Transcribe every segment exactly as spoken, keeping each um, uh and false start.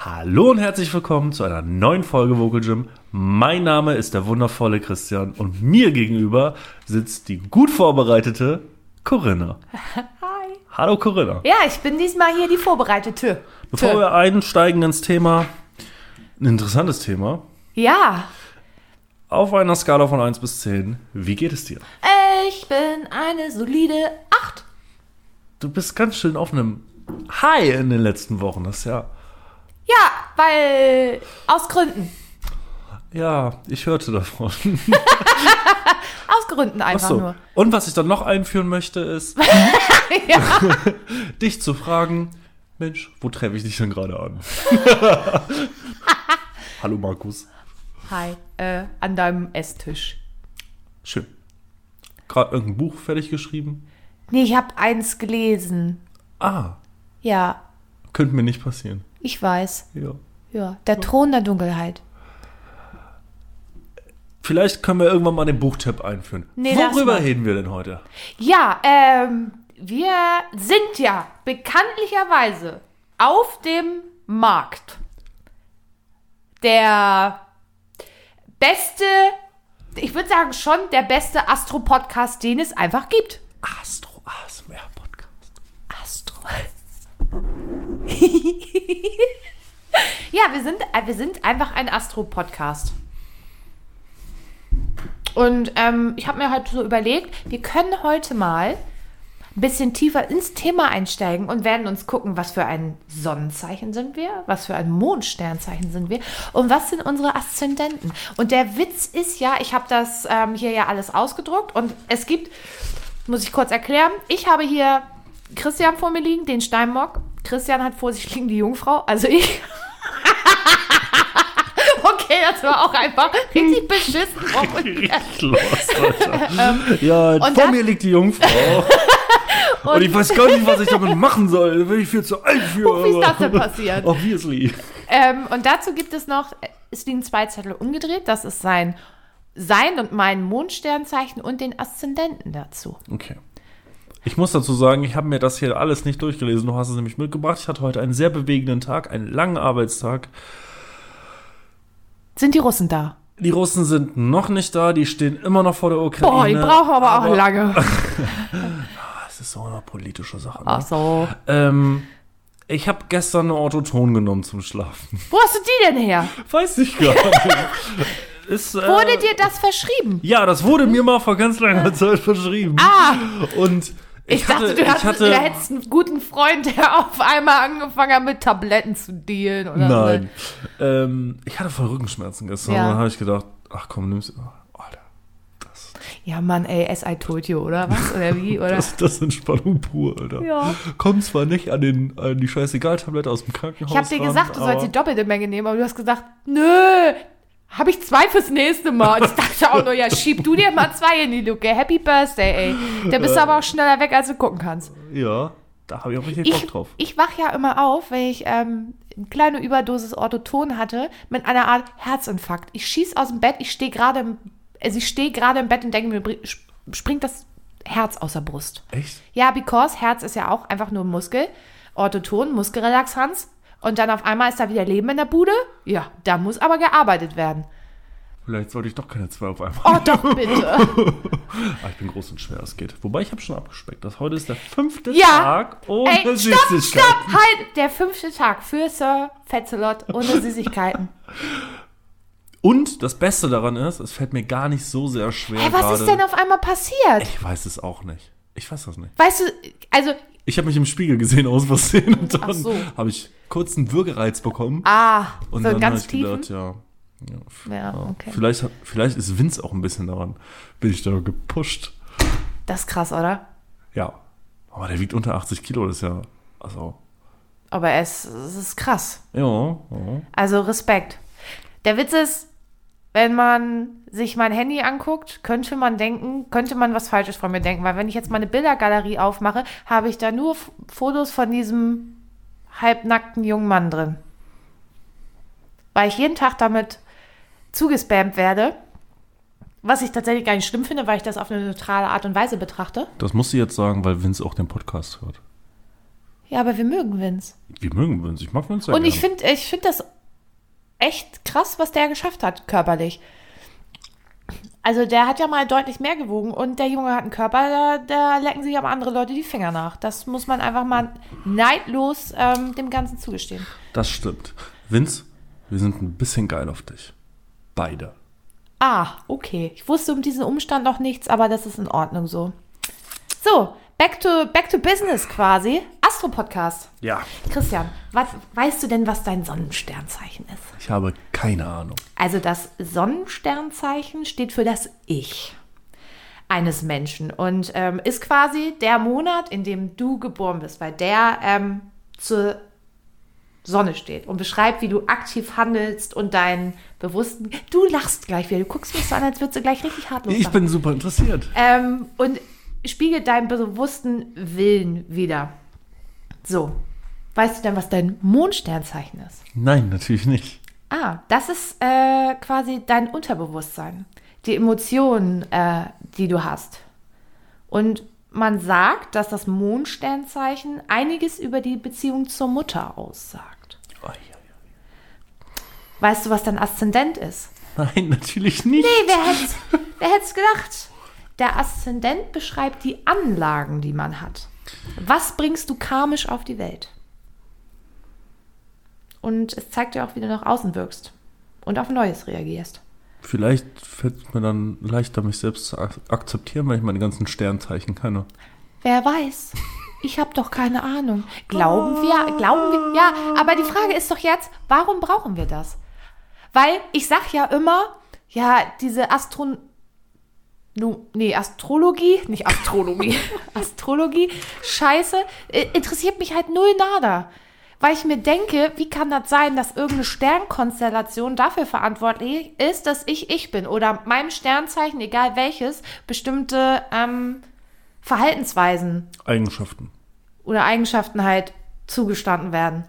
Hallo und herzlich willkommen zu einer neuen Folge Vocal Gym. Mein Name ist der wundervolle Christian und mir gegenüber sitzt die gut vorbereitete Corinna. Hi. Hallo Corinna. Ja, ich bin diesmal hier die Vorbereitete. Bevor Tö. wir einsteigen ins Thema, ein interessantes Thema. Ja. Auf einer Skala von eins bis zehn, wie geht es dir? Ich bin eine solide acht. Du bist ganz schön auf einem High in den letzten Wochen, das ist ja... Ja, weil aus Gründen. Ja, ich hörte davon. Aus Gründen einfach Achso. nur. Und was ich dann noch einführen möchte, ist, Ja. dich zu fragen, Mensch, wo treffe ich dich denn gerade an? Hallo Markus. Hi, äh, an deinem Esstisch. Schön. Gerade irgendein Buch fertig geschrieben? Nee, ich habe eins gelesen. Ah, Ja, könnte mir nicht passieren. ich weiß. Ja. Ja, der Thron der Dunkelheit. Vielleicht können wir irgendwann mal den Buchtipp einführen. Nee, lass Worüber mal. reden wir denn heute? Ja, ähm, wir sind ja bekanntlicherweise auf dem Markt der beste, ich würde sagen schon der beste Astro-Podcast, den es einfach gibt. Astro A S M R Podcast. Astro. Ja, wir sind, äh, wir sind einfach ein Astro-Podcast. Und ähm, ich habe mir halt so überlegt, wir können heute mal ein bisschen tiefer ins Thema einsteigen und werden uns gucken, was für ein Sonnenzeichen sind wir, was für ein Mondsternzeichen sind wir und was sind unsere Aszendenten. Und der Witz ist ja, ich habe das ähm, hier ja alles ausgedruckt und es gibt, muss ich kurz erklären, ich habe hier Christian vor mir liegen, den Steinbock. Christian hat vor sich liegen die Jungfrau, also ich. Okay, das war auch einfach richtig beschissen formuliert. Los, Alter. Ja, und vor dann- mir liegt die Jungfrau. und, ich weiß gar nicht, was ich damit machen soll. Da bin ich viel zu alt für. Wie ist das aber- denn passiert? Obviously. Ähm, und dazu gibt es noch, es liegen zwei Zettel umgedreht. Das ist sein, sein und mein Mondsternzeichen und den Aszendenten dazu. Okay. Ich muss dazu sagen, ich habe mir das hier alles nicht durchgelesen. Du hast es nämlich mitgebracht. Ich hatte heute einen sehr bewegenden Tag, einen langen Arbeitstag. Sind die Russen da? Die Russen sind noch nicht da, die stehen immer noch vor der Ukraine. Boah, die brauchen aber, auch lange. Das ist so eine politische Sache. Ne? Ach so. Ähm, ich habe gestern eine Orthoton genommen zum Schlafen. Wo hast du die denn her? Weiß ich gar nicht. Ist, äh, Wurde dir das verschrieben? Ja, das wurde mir mal vor ganz langer Zeit verschrieben. Ah! Und ich, Ich, hatte, dachte, du, ich hast, hatte, du hättest einen guten Freund, der auf einmal angefangen hat, mit Tabletten zu dealen. Oder Nein. Ähm, ich hatte voll Rückenschmerzen gestern. Ja. Und dann habe ich gedacht, ach komm, nimm's. Oh, Alter, das, So. Ja, Mann, ey, as I told you, oder was? Oder wie? Oder? das, das ist Entspannung pur, Alter. Ja. Kommt zwar nicht an, den, an die Scheißegal-Tablette aus dem Krankenhaus Ich habe dir ran, gesagt, du sollst aber- die doppelte Menge nehmen, aber du hast gesagt, nö, habe ich zwei fürs nächste Mal. Und ich dachte auch nur, ja, schieb du dir mal zwei in die Luke. Happy Birthday, ey. Da bist du aber auch schneller weg, als du gucken kannst. Ja, da habe ich auch richtig Ich, Bock drauf. ich wach ja immer auf, wenn ich ähm, eine kleine Überdosis Orthoton hatte, mit einer Art Herzinfarkt. Ich schieß aus dem Bett, ich stehe gerade im, also ich stehe gerade im Bett und denke mir, br- springt das Herz aus der Brust. Echt? Ja, because Herz ist ja auch einfach nur ein Muskel. Orthoton, Muskelrelaxanz. Und dann auf einmal ist da wieder Leben in der Bude. Ja, da muss aber gearbeitet werden. Vielleicht sollte ich doch keine zwei auf einmal. Oh, doch, bitte. Ah, ich bin groß und schwer, es geht. Wobei, ich habe schon abgespeckt. Das heute ist der fünfte Ja. Tag ohne Ey, stopp, Süßigkeiten. stopp, halt. Der fünfte Tag für Sir Fetzelot ohne Süßigkeiten. Und das Beste daran ist, es fällt mir gar nicht so sehr schwer Hey, was gerade. ist denn auf einmal passiert? Ich weiß es auch nicht. Ich weiß das nicht. Weißt du, also, Ich habe mich im Spiegel gesehen aus Versehen und Ach dann so. habe ich kurz einen Würgereiz bekommen. ah, und so dann ganz habe ich tiefen. gedacht, ja. Ja, f- Ja, okay. Vielleicht, hat- vielleicht ist Vince auch ein bisschen daran. Bin ich da gepusht. Das ist krass, oder? Ja. Aber der wiegt unter achtzig Kilo, das ist ja. Also. Aber es, es ist krass. Ja. ja. Also Respekt. Der Witz ist, wenn man sich mein Handy anguckt, könnte man denken, könnte man was Falsches von mir denken. Weil wenn ich jetzt meine Bildergalerie aufmache, habe ich da nur F- Fotos von diesem halbnackten jungen Mann drin. Weil ich jeden Tag damit zugespammt werde. Was ich tatsächlich gar nicht schlimm finde, weil ich das auf eine neutrale Art und Weise betrachte. Das muss sie jetzt sagen, weil Vince auch den Podcast hört. Ja, aber wir mögen Vince. Wir mögen Vince. Ich mag Vince sehr Und gern. ich finde ich find das echt krass, was der geschafft hat, körperlich. Also der hat ja mal deutlich mehr gewogen und der Junge hat einen Körper, da, da lecken sich aber andere Leute die Finger nach. Das muss man einfach mal neidlos ähm, dem Ganzen zugestehen. Das stimmt. Vince, wir sind ein bisschen geil auf dich. Beide. Ah, okay. Ich wusste um diesen Umstand noch nichts, aber das ist in Ordnung so. So, back to, back to business quasi. Astro-Podcast. Ja. Christian, was, weißt du denn, was dein Sonnensternzeichen ist? Ich habe keine Ahnung. Also das Sonnensternzeichen steht für das Ich eines Menschen und ähm, ist quasi der Monat, in dem du geboren bist, weil der ähm, zur Sonne steht und beschreibt, wie du aktiv handelst und deinen bewussten... Du lachst gleich wieder, du guckst mich so an, als würdest du gleich richtig hart Ich bin super interessiert. Ähm, und spiegelt deinen bewussten Willen wieder. So, weißt du denn, was dein Mondsternzeichen ist? Nein, natürlich nicht. Ah, das ist äh, quasi dein Unterbewusstsein. Die Emotionen, äh, die du hast. Und man sagt, dass das Mondsternzeichen einiges über die Beziehung zur Mutter aussagt. Oh, ja, ja. Weißt du, was dein Aszendent ist? Nein, natürlich nicht. Nee, wer hätte wer hätte es gedacht? Der Aszendent beschreibt die Anlagen, die man hat. Was bringst du karmisch auf die Welt? Und es zeigt dir auch, wie du nach außen wirkst und auf Neues reagierst. Vielleicht fällt es mir dann leichter, mich selbst zu ak- akzeptieren, weil ich meine ganzen Sternzeichen kenne. Wer weiß? Ich habe doch keine Ahnung. Glauben wir? Glauben wir? Ja, aber die Frage ist doch jetzt, warum brauchen wir das? Weil ich sag ja immer, ja, diese Astron... No, nee, Astrologie, nicht Astrologie, Astrologie, scheiße, äh, interessiert mich halt null nada. Weil ich mir denke, wie kann das sein, dass irgendeine Sternkonstellation dafür verantwortlich ist, dass ich ich bin oder meinem Sternzeichen, egal welches, bestimmte ähm, Verhaltensweisen Eigenschaften. oder Eigenschaften halt zugestanden werden.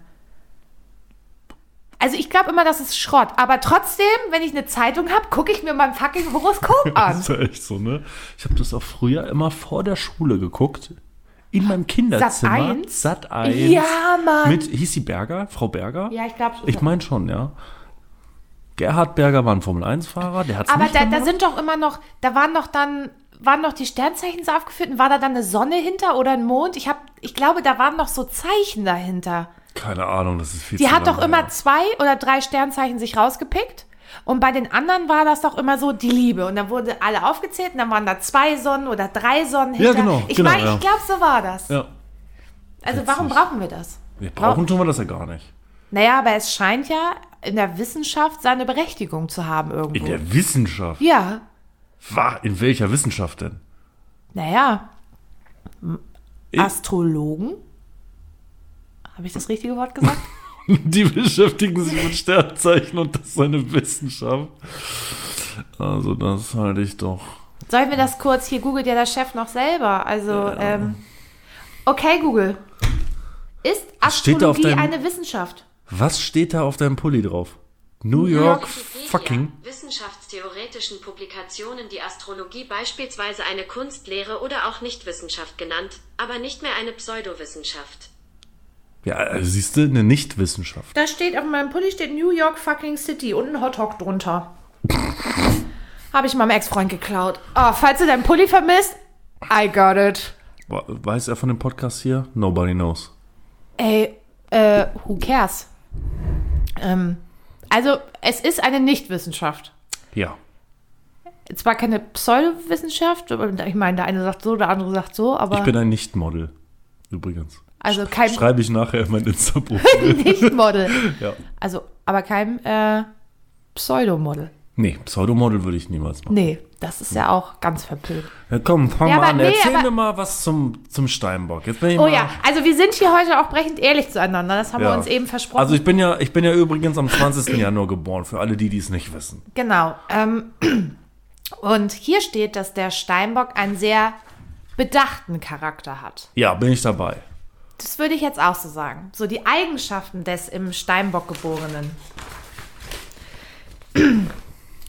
Also ich glaube immer, das ist Schrott. Aber trotzdem, wenn ich eine Zeitung habe, gucke ich mir mein fucking Horoskop an. Das ist ja echt so, ne? Ich habe das auch früher immer vor der Schule geguckt. In meinem Kinderzimmer. Sat eins? Sat eins. Ja, Mann. Mit, hieß sie Berger? Frau Berger? Ja, ich glaube schon. Ich meine schon, ja. Gerhard Berger war ein Formel eins Fahrer, der hat's Aber nicht da, gemacht. da sind doch immer noch, da waren doch dann, waren noch die Sternzeichen so aufgeführt und war da dann eine Sonne hinter oder ein Mond? Ich hab, ich glaube, da waren noch so Zeichen dahinter. Keine Ahnung, das ist viel Die zu hat doch lange immer her. zwei oder drei Sternzeichen sich rausgepickt. Und bei den anderen war das doch immer so die Liebe. Und dann wurde alle aufgezählt und dann waren da zwei Sonnen oder drei Sonnen Ja, hinter. genau, Ich genau, meine, ja. ich glaube, so war das. Ja, Also witzig. warum brauchen wir das? wir brauchen tun wir das ja gar nicht. Naja, aber es scheint ja in der Wissenschaft seine Berechtigung zu haben irgendwo. In der Wissenschaft? Ja, Wa- In welcher Wissenschaft denn? naja. Ich- Astrologen? Habe ich das richtige Wort gesagt? Die beschäftigen sich mit Sternzeichen und das ist eine Wissenschaft. Also das halte ich doch. Sollen wir das kurz, hier googelt ja der Chef noch selber. Also, Ja. ähm, okay, Google. Ist Was steht da auf Astrologie deinem- eine Wissenschaft? Was steht da auf deinem Pulli drauf? New York Wikipedia, fucking. wissenschaftstheoretischen Publikationen die Astrologie beispielsweise eine Kunstlehre oder auch Nichtwissenschaft genannt, aber nicht mehr eine Pseudowissenschaft. Ja, also siehst du, eine Nichtwissenschaft. Da steht auf meinem Pulli steht New York fucking City und ein Hotdog drunter. Habe ich meinem Ex-Freund geklaut. Oh, falls du deinen Pulli vermisst, I got it. Wa- Weiß er von dem Podcast hier? Nobody knows. Ey, äh, who cares? Ähm, also, es ist eine Nichtwissenschaft. Ja. Zwar keine Pseudowissenschaft, aber ich meine, der eine sagt so, der andere sagt so, aber Ich bin ein Nicht-Model. Übrigens. also kein Schreibe ich nachher in mein Insta-Profil. Nicht-Model. Ja. Also, aber kein äh, Pseudomodel. Nee, Pseudomodel würde ich niemals machen. Nee, das ist ja auch ganz verpönt. Ja, komm, fang Ja, mal aber an. nee, Erzähl aber- mir mal was zum, zum Steinbock. Jetzt bin ich Oh mal, ja, also wir sind hier heute auch brechend ehrlich zueinander. Das haben Ja. wir uns eben versprochen. Also ich bin ja, ich bin ja übrigens am zwanzigsten Januar geboren, für alle, die die es nicht wissen. Genau. Ähm, und hier steht, dass der Steinbock einen sehr bedachten Charakter hat. Ja, bin ich dabei. Das würde ich jetzt auch so sagen. So die Eigenschaften des im Steinbock Geborenen.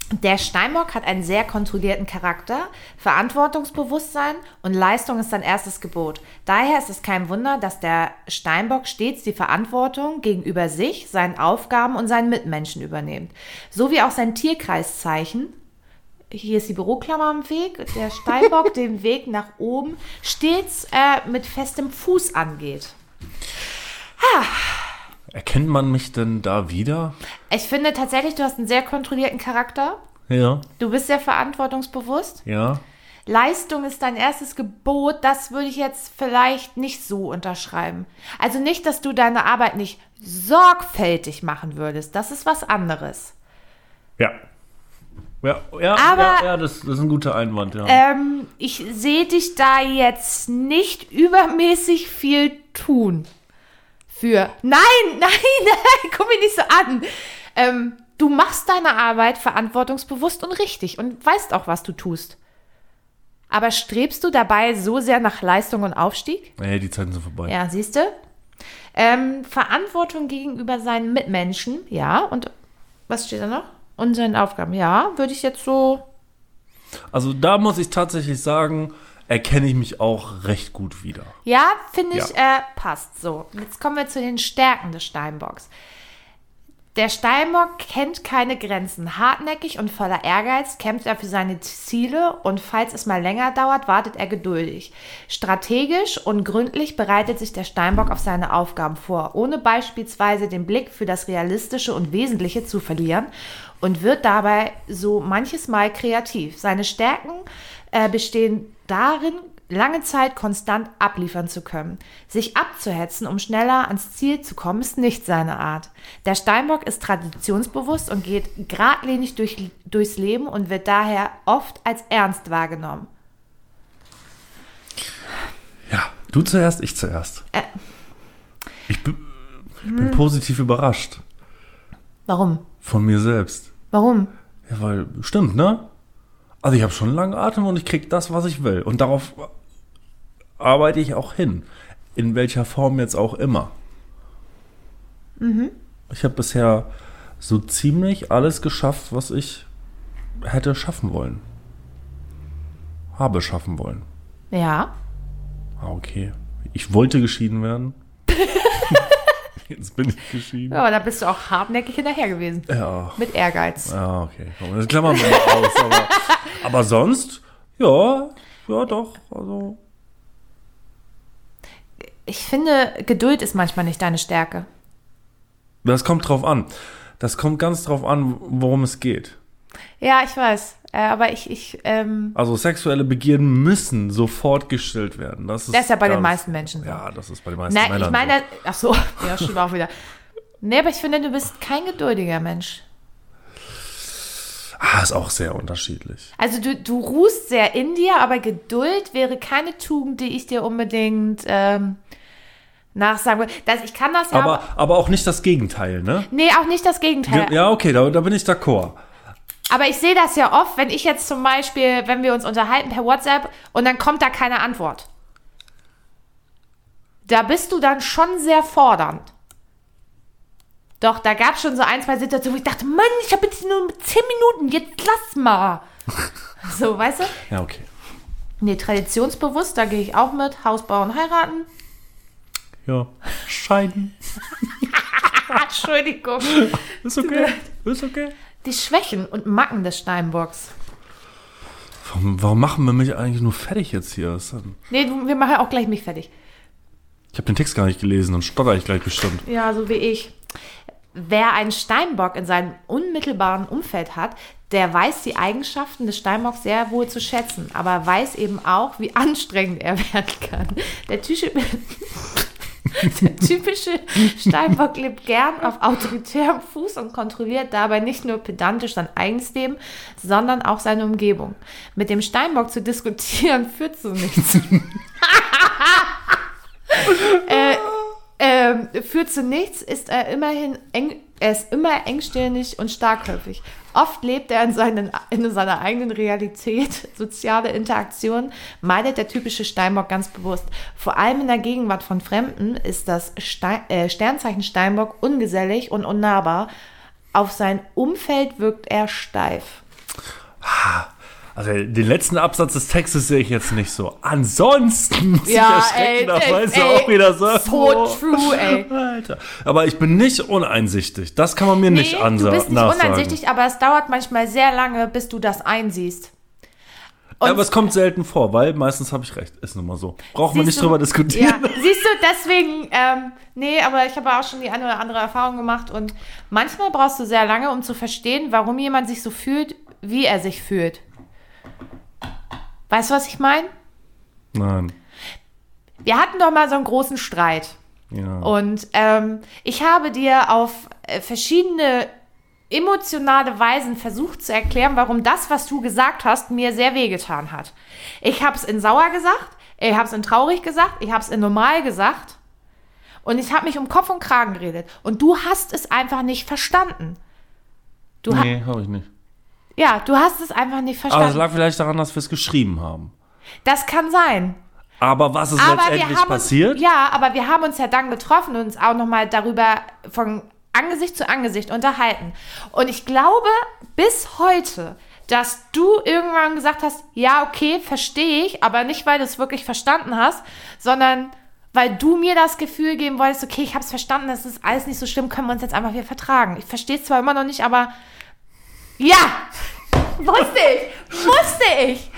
Der Steinbock hat einen sehr kontrollierten Charakter, Verantwortungsbewusstsein und Leistung ist sein erstes Gebot. Daher ist es kein Wunder, dass der Steinbock stets die Verantwortung gegenüber sich, seinen Aufgaben und seinen Mitmenschen übernimmt. So wie auch sein Tierkreiszeichen, hier ist die Büroklammer am Weg, der Steinbock den Weg nach oben stets äh, mit festem Fuß angeht. Ha. Erkennt man mich denn da wieder? Ich finde tatsächlich, du hast einen sehr kontrollierten Charakter. Ja. Du bist sehr verantwortungsbewusst. Ja. Leistung ist dein erstes Gebot. Das würde ich jetzt vielleicht nicht so unterschreiben. Also nicht, dass du deine Arbeit nicht sorgfältig machen würdest. Das ist was anderes. Ja. Ja, ja, Aber, ja, ja das, das ist ein guter Einwand, ja. Ähm, ich sehe dich da jetzt nicht übermäßig viel tun. Für. Nein, nein, nein, guck mich nicht so an. Ähm, du machst deine Arbeit verantwortungsbewusst und richtig und weißt auch, was du tust. Aber strebst du dabei so sehr nach Leistung und Aufstieg? Nee, die Zeiten sind vorbei. Ja, siehst du? Ähm, Verantwortung gegenüber seinen Mitmenschen, ja. Und was steht da noch? Und seinen Aufgaben, ja, würde ich jetzt so. Also da muss ich tatsächlich sagen, erkenne ich mich auch recht gut wieder. Ja, finde ich, Ja. äh, passt so. Jetzt kommen wir zu den Stärken des Steinbocks. Der Steinbock kennt keine Grenzen. Hartnäckig und voller Ehrgeiz kämpft er für seine Ziele und falls es mal länger dauert, wartet er geduldig. Strategisch und gründlich bereitet sich der Steinbock auf seine Aufgaben vor, ohne beispielsweise den Blick für das Realistische und Wesentliche zu verlieren und wird dabei so manches Mal kreativ. Seine Stärken äh, bestehen darin, lange Zeit konstant abliefern zu können. Sich abzuhetzen, um schneller ans Ziel zu kommen, ist nicht seine Art. Der Steinbock ist traditionsbewusst und geht geradlinig durch, durchs Leben und wird daher oft als ernst wahrgenommen. Ja, du zuerst, ich zuerst. Äh. Ich bin, ich bin positiv überrascht Warum? von mir selbst. Warum? Ja, weil, stimmt, ne? Also ich habe schon einen langen Atem und ich krieg das, was ich will. Und darauf arbeite ich auch hin. In welcher Form jetzt auch immer. Mhm. Ich habe bisher so ziemlich alles geschafft, was ich hätte schaffen wollen. Habe schaffen wollen. Ja. Ah, okay. Ich wollte geschieden werden. Jetzt bin ich geschieden. Ja, aber da bist du auch hartnäckig hinterher gewesen. Ja. Mit Ehrgeiz. Ja, okay. Komm, das klammern wir mal aus. Aber, aber sonst, ja, ja doch. Also. Ich finde, Geduld ist manchmal nicht deine Stärke. Das kommt drauf an. Das kommt ganz drauf an, worum es geht. Ja, ich weiß. Äh, aber ich, ich, ähm, Also sexuelle Begierden müssen sofort gestillt werden. Das ist, das ist ja bei den ganz- meisten Menschen so. Ja, das ist bei den meisten Nein, Männern ich meine, so. ach so, ja, stimmt auch wieder. Nee, aber ich finde, du bist kein geduldiger Mensch. Ah, ist auch sehr unterschiedlich. Also du, du ruhst sehr in dir, aber Geduld wäre keine Tugend, die ich dir unbedingt ähm, nachsagen würde. Das, ich kann das ja, Aber, aber auch nicht das Gegenteil, ne? nee, auch nicht das Gegenteil. Ja, okay, da, da bin ich d'accord. Aber ich sehe das ja oft, wenn ich jetzt zum Beispiel, wenn wir uns unterhalten per WhatsApp und dann kommt da keine Antwort. Da bist du dann schon sehr fordernd. Doch, da gab es schon so ein, zwei Situationen, wo ich dachte, Mann, ich habe jetzt nur zehn Minuten, jetzt lass mal. So, weißt du? Ja, okay. Nee, traditionsbewusst, da gehe ich auch mit. Haus bauen, heiraten. Ja. Scheiden. Entschuldigung. Ist okay. Ist okay. Die Schwächen und Macken des Steinbocks. Warum, warum machen wir mich eigentlich nur fertig jetzt hier? Ist dann- Nee, du, wir machen auch gleich mich fertig. Ich habe den Text gar nicht gelesen und stotter ich gleich bestimmt. Ja, so wie ich. Wer einen Steinbock in seinem unmittelbaren Umfeld hat, der weiß die Eigenschaften des Steinbocks sehr wohl zu schätzen, aber weiß eben auch, wie anstrengend er werden kann. Der typische, der typische Steinbock lebt gern auf autoritärem Fuß und kontrolliert dabei nicht nur pedantisch sein eigenes Leben, sondern auch seine Umgebung. Mit dem Steinbock zu diskutieren führt zu nichts. äh, Ähm, führt zu nichts, ist er immerhin eng, er ist immer engstirnig und starkköpfig. Oft lebt er in, seinen, in seiner eigenen Realität, soziale Interaktion meidet der typische Steinbock ganz bewusst. Vor allem in der Gegenwart von Fremden ist das Stein, äh, Sternzeichen Steinbock ungesellig und unnahbar. Auf sein Umfeld wirkt er steif. Also den letzten Absatz des Textes sehe ich jetzt nicht so. Ansonsten muss Ja, ich erschrecken, ey, da weiß ey, ja auch wieder so. so true, ey. Alter. Aber ich bin nicht uneinsichtig. Das kann man mir Nee, nicht ansagen. du bist nicht uneinsichtig, aber es dauert manchmal sehr lange, bis du das einsiehst. Und Aber es kommt selten vor, weil meistens habe ich recht. Ist nun mal so. Braucht man siehst nicht du- drüber diskutieren. Ja, siehst du, deswegen, ähm, nee, aber ich habe auch schon die eine oder andere Erfahrung gemacht und manchmal brauchst du sehr lange, um zu verstehen, warum jemand sich so fühlt, wie er sich fühlt. Weißt du, was ich meine? Nein. Wir hatten doch mal so einen großen Streit. Ja. Und ähm, ich habe dir auf äh, verschiedene emotionale Weisen versucht zu erklären, warum das, was du gesagt hast, mir sehr wehgetan hat. Ich habe es in sauer gesagt, ich habe es in traurig gesagt, ich habe es in normal gesagt und ich habe mich um Kopf und Kragen geredet. Und du hast es einfach nicht verstanden. Du ha- Nee, habe ich nicht. ja, du hast es einfach nicht Aber verstanden. es lag vielleicht daran, dass wir es geschrieben haben. Das kann sein. Aber was ist Aber letztendlich wir haben passiert? Uns, ja, aber wir haben uns ja dann getroffen und uns auch nochmal darüber von Angesicht zu Angesicht unterhalten. Und ich glaube bis heute, dass du irgendwann gesagt hast, ja, okay, verstehe ich, aber nicht, weil du es wirklich verstanden hast, sondern weil du mir das Gefühl geben wolltest, okay, ich habe es verstanden, das ist alles nicht so schlimm, können wir uns jetzt einfach wieder vertragen. Ich verstehe es zwar immer noch nicht, aber ja, wusste ich, wusste ich.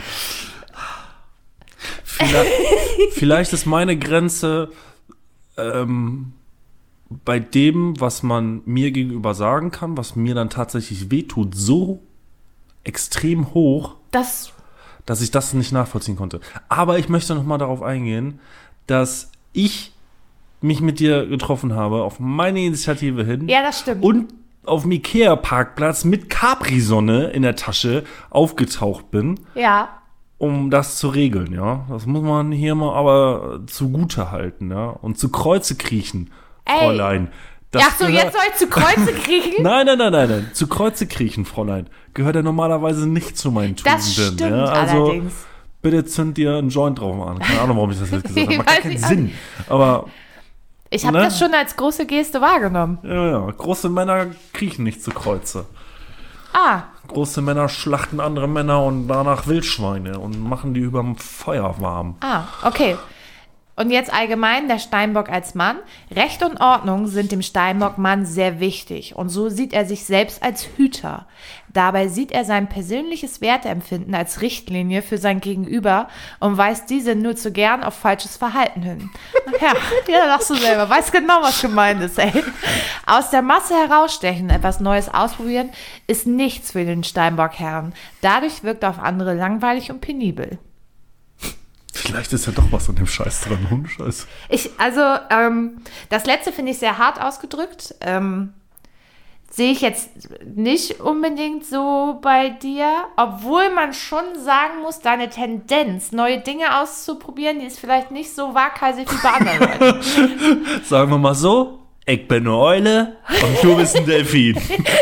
Vielleicht, vielleicht ist meine Grenze ähm, bei dem, was man mir gegenüber sagen kann, was mir dann tatsächlich wehtut, so extrem hoch, Das, dass ich das nicht nachvollziehen konnte. Aber ich möchte noch mal darauf eingehen, dass ich mich mit dir getroffen habe, auf meine Initiative hin. ja, das stimmt. Und auf dem Ikea-Parkplatz mit Capri-Sonne in der Tasche aufgetaucht bin, ja, um das zu regeln, ja. Das muss man hier mal aber zugute halten, ja. Und zu Kreuze kriechen, Ey. Fräulein. Das ach so, gehört- jetzt soll ich zu Kreuze kriechen? Nein, nein, nein, nein, nein. Zu Kreuze kriechen, Fräulein. Gehört ja normalerweise nicht zu meinen Tugenden. Das stimmt ja? Also, allerdings. bitte zünd dir einen Joint drauf an. Keine Ahnung, warum ich das jetzt gesagt habe. Ich Macht gar weiß keinen nicht, Sinn. Aber, Ich habe Ne? das schon als große Geste wahrgenommen. ja, ja. Große Männer kriechen nicht zu Kreuze. Ah, Große Männer schlachten andere Männer und danach Wildschweine und machen die überm Feuer warm. ah, okay. Und jetzt allgemein der Steinbock als Mann. Recht und Ordnung sind dem Steinbock-Mann sehr wichtig. Und so sieht er sich selbst als Hüter. Dabei sieht er sein persönliches Werteempfinden als Richtlinie für sein Gegenüber und weist diese nur zu gern auf falsches Verhalten hin. Ja, ja, lachst du selber. Weiß genau, was gemeint ist, ey. Aus der Masse herausstechen, etwas Neues ausprobieren, ist nichts für den Steinbock-Herren. Dadurch wirkt er auf andere langweilig und penibel. Vielleicht ist ja doch was an dem Scheiß dran. Hundescheiß. Ich, also, ähm, das letzte finde ich sehr hart ausgedrückt. Ähm, sehe ich jetzt nicht unbedingt so bei dir, obwohl man schon sagen muss, deine Tendenz, neue Dinge auszuprobieren, die ist vielleicht nicht so waghalsig wie bei anderen Leuten. Sagen wir mal so, ich bin eine Eule und du bist ein Delfin.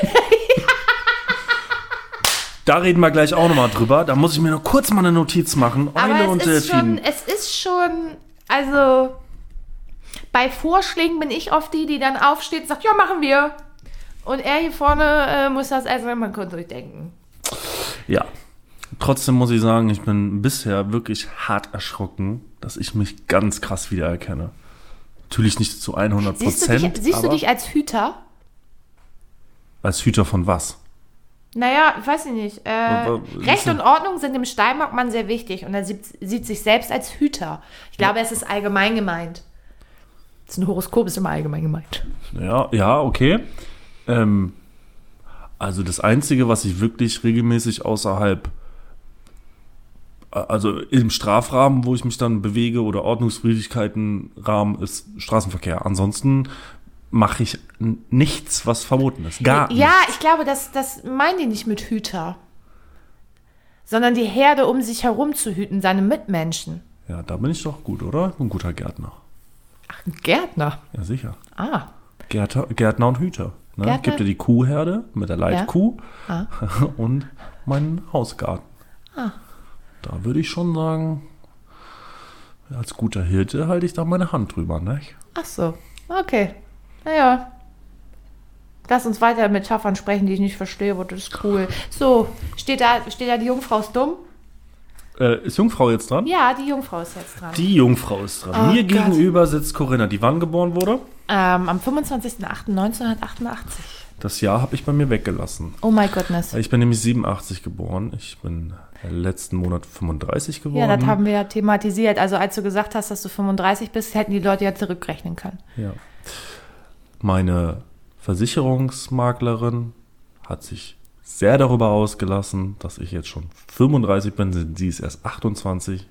Da reden wir gleich auch nochmal drüber. Da muss ich mir noch kurz mal eine Notiz machen. Eule Aber und es ist, Delfin. schon, es ist schon, also bei Vorschlägen bin ich oft die, die dann aufsteht und sagt, ja, machen wir. Und er hier vorne äh, muss das erst einmal kurz durchdenken. Ja. Trotzdem muss ich sagen, ich bin bisher wirklich hart erschrocken, dass ich mich ganz krass wiedererkenne. Natürlich nicht zu hundert Siehst, du Prozent, dich, siehst du aber dich als Hüter? als Hüter von was? Naja, ich weiß ich nicht. Äh, Aber- Recht und Ordnung sind dem Steinbock-Mann sehr wichtig und er sieht, sieht sich selbst als Hüter. Ich glaube, es ist allgemein gemeint. Das ist ein Horoskop, ist immer allgemein gemeint. Ja, ja, okay. Ähm, also das Einzige, was ich wirklich regelmäßig außerhalb, also im Strafrahmen, wo ich mich dann bewege oder Ordnungswidrigkeitenrahmen, ist Straßenverkehr. Ansonsten mache ich n- nichts, was verboten ist. Gar Ja, nichts. ich glaube, das, das meinen die nicht mit Hüter. Sondern die Herde um sich herum zu hüten, seine Mitmenschen. Ja, da bin ich doch gut, oder? Ich bin ein guter Gärtner. Ach, ein Gärtner. Ja, sicher. Ah, Gärtner, Gärtner und Hüter. Ne? Gärtner? Gibt ja die Kuhherde mit der Leitkuh Ah. und meinen Hausgarten. Ah. Da würde ich schon sagen, als guter Hirte halte ich da meine Hand drüber, ne? ach so. Okay. Naja. Lass uns weiter mit Metaphern sprechen, die ich nicht verstehe, aber das ist cool. So, steht da, steht da die Jungfrau ist dumm? Äh, ist Jungfrau jetzt dran? Ja, die Jungfrau ist jetzt dran. Die Jungfrau ist dran. Oh Mir Gott. gegenüber sitzt Corinna, die wann geboren wurde? Ähm, am fünfundzwanzigsten achten neunzehnhundertachtundachtzig. Das Jahr habe ich bei mir weggelassen. Oh my goodness. Ich bin nämlich siebenundachtzig geboren. Ich bin letzten Monat fünfunddreißig geworden. Ja, das haben wir ja thematisiert. Also als du gesagt hast, dass du fünfunddreißig bist, hätten die Leute ja zurückrechnen können. Ja. Meine Versicherungsmaklerin hat sich sehr darüber ausgelassen, dass ich jetzt schon fünfunddreißig bin. Sie ist erst achtundzwanzig.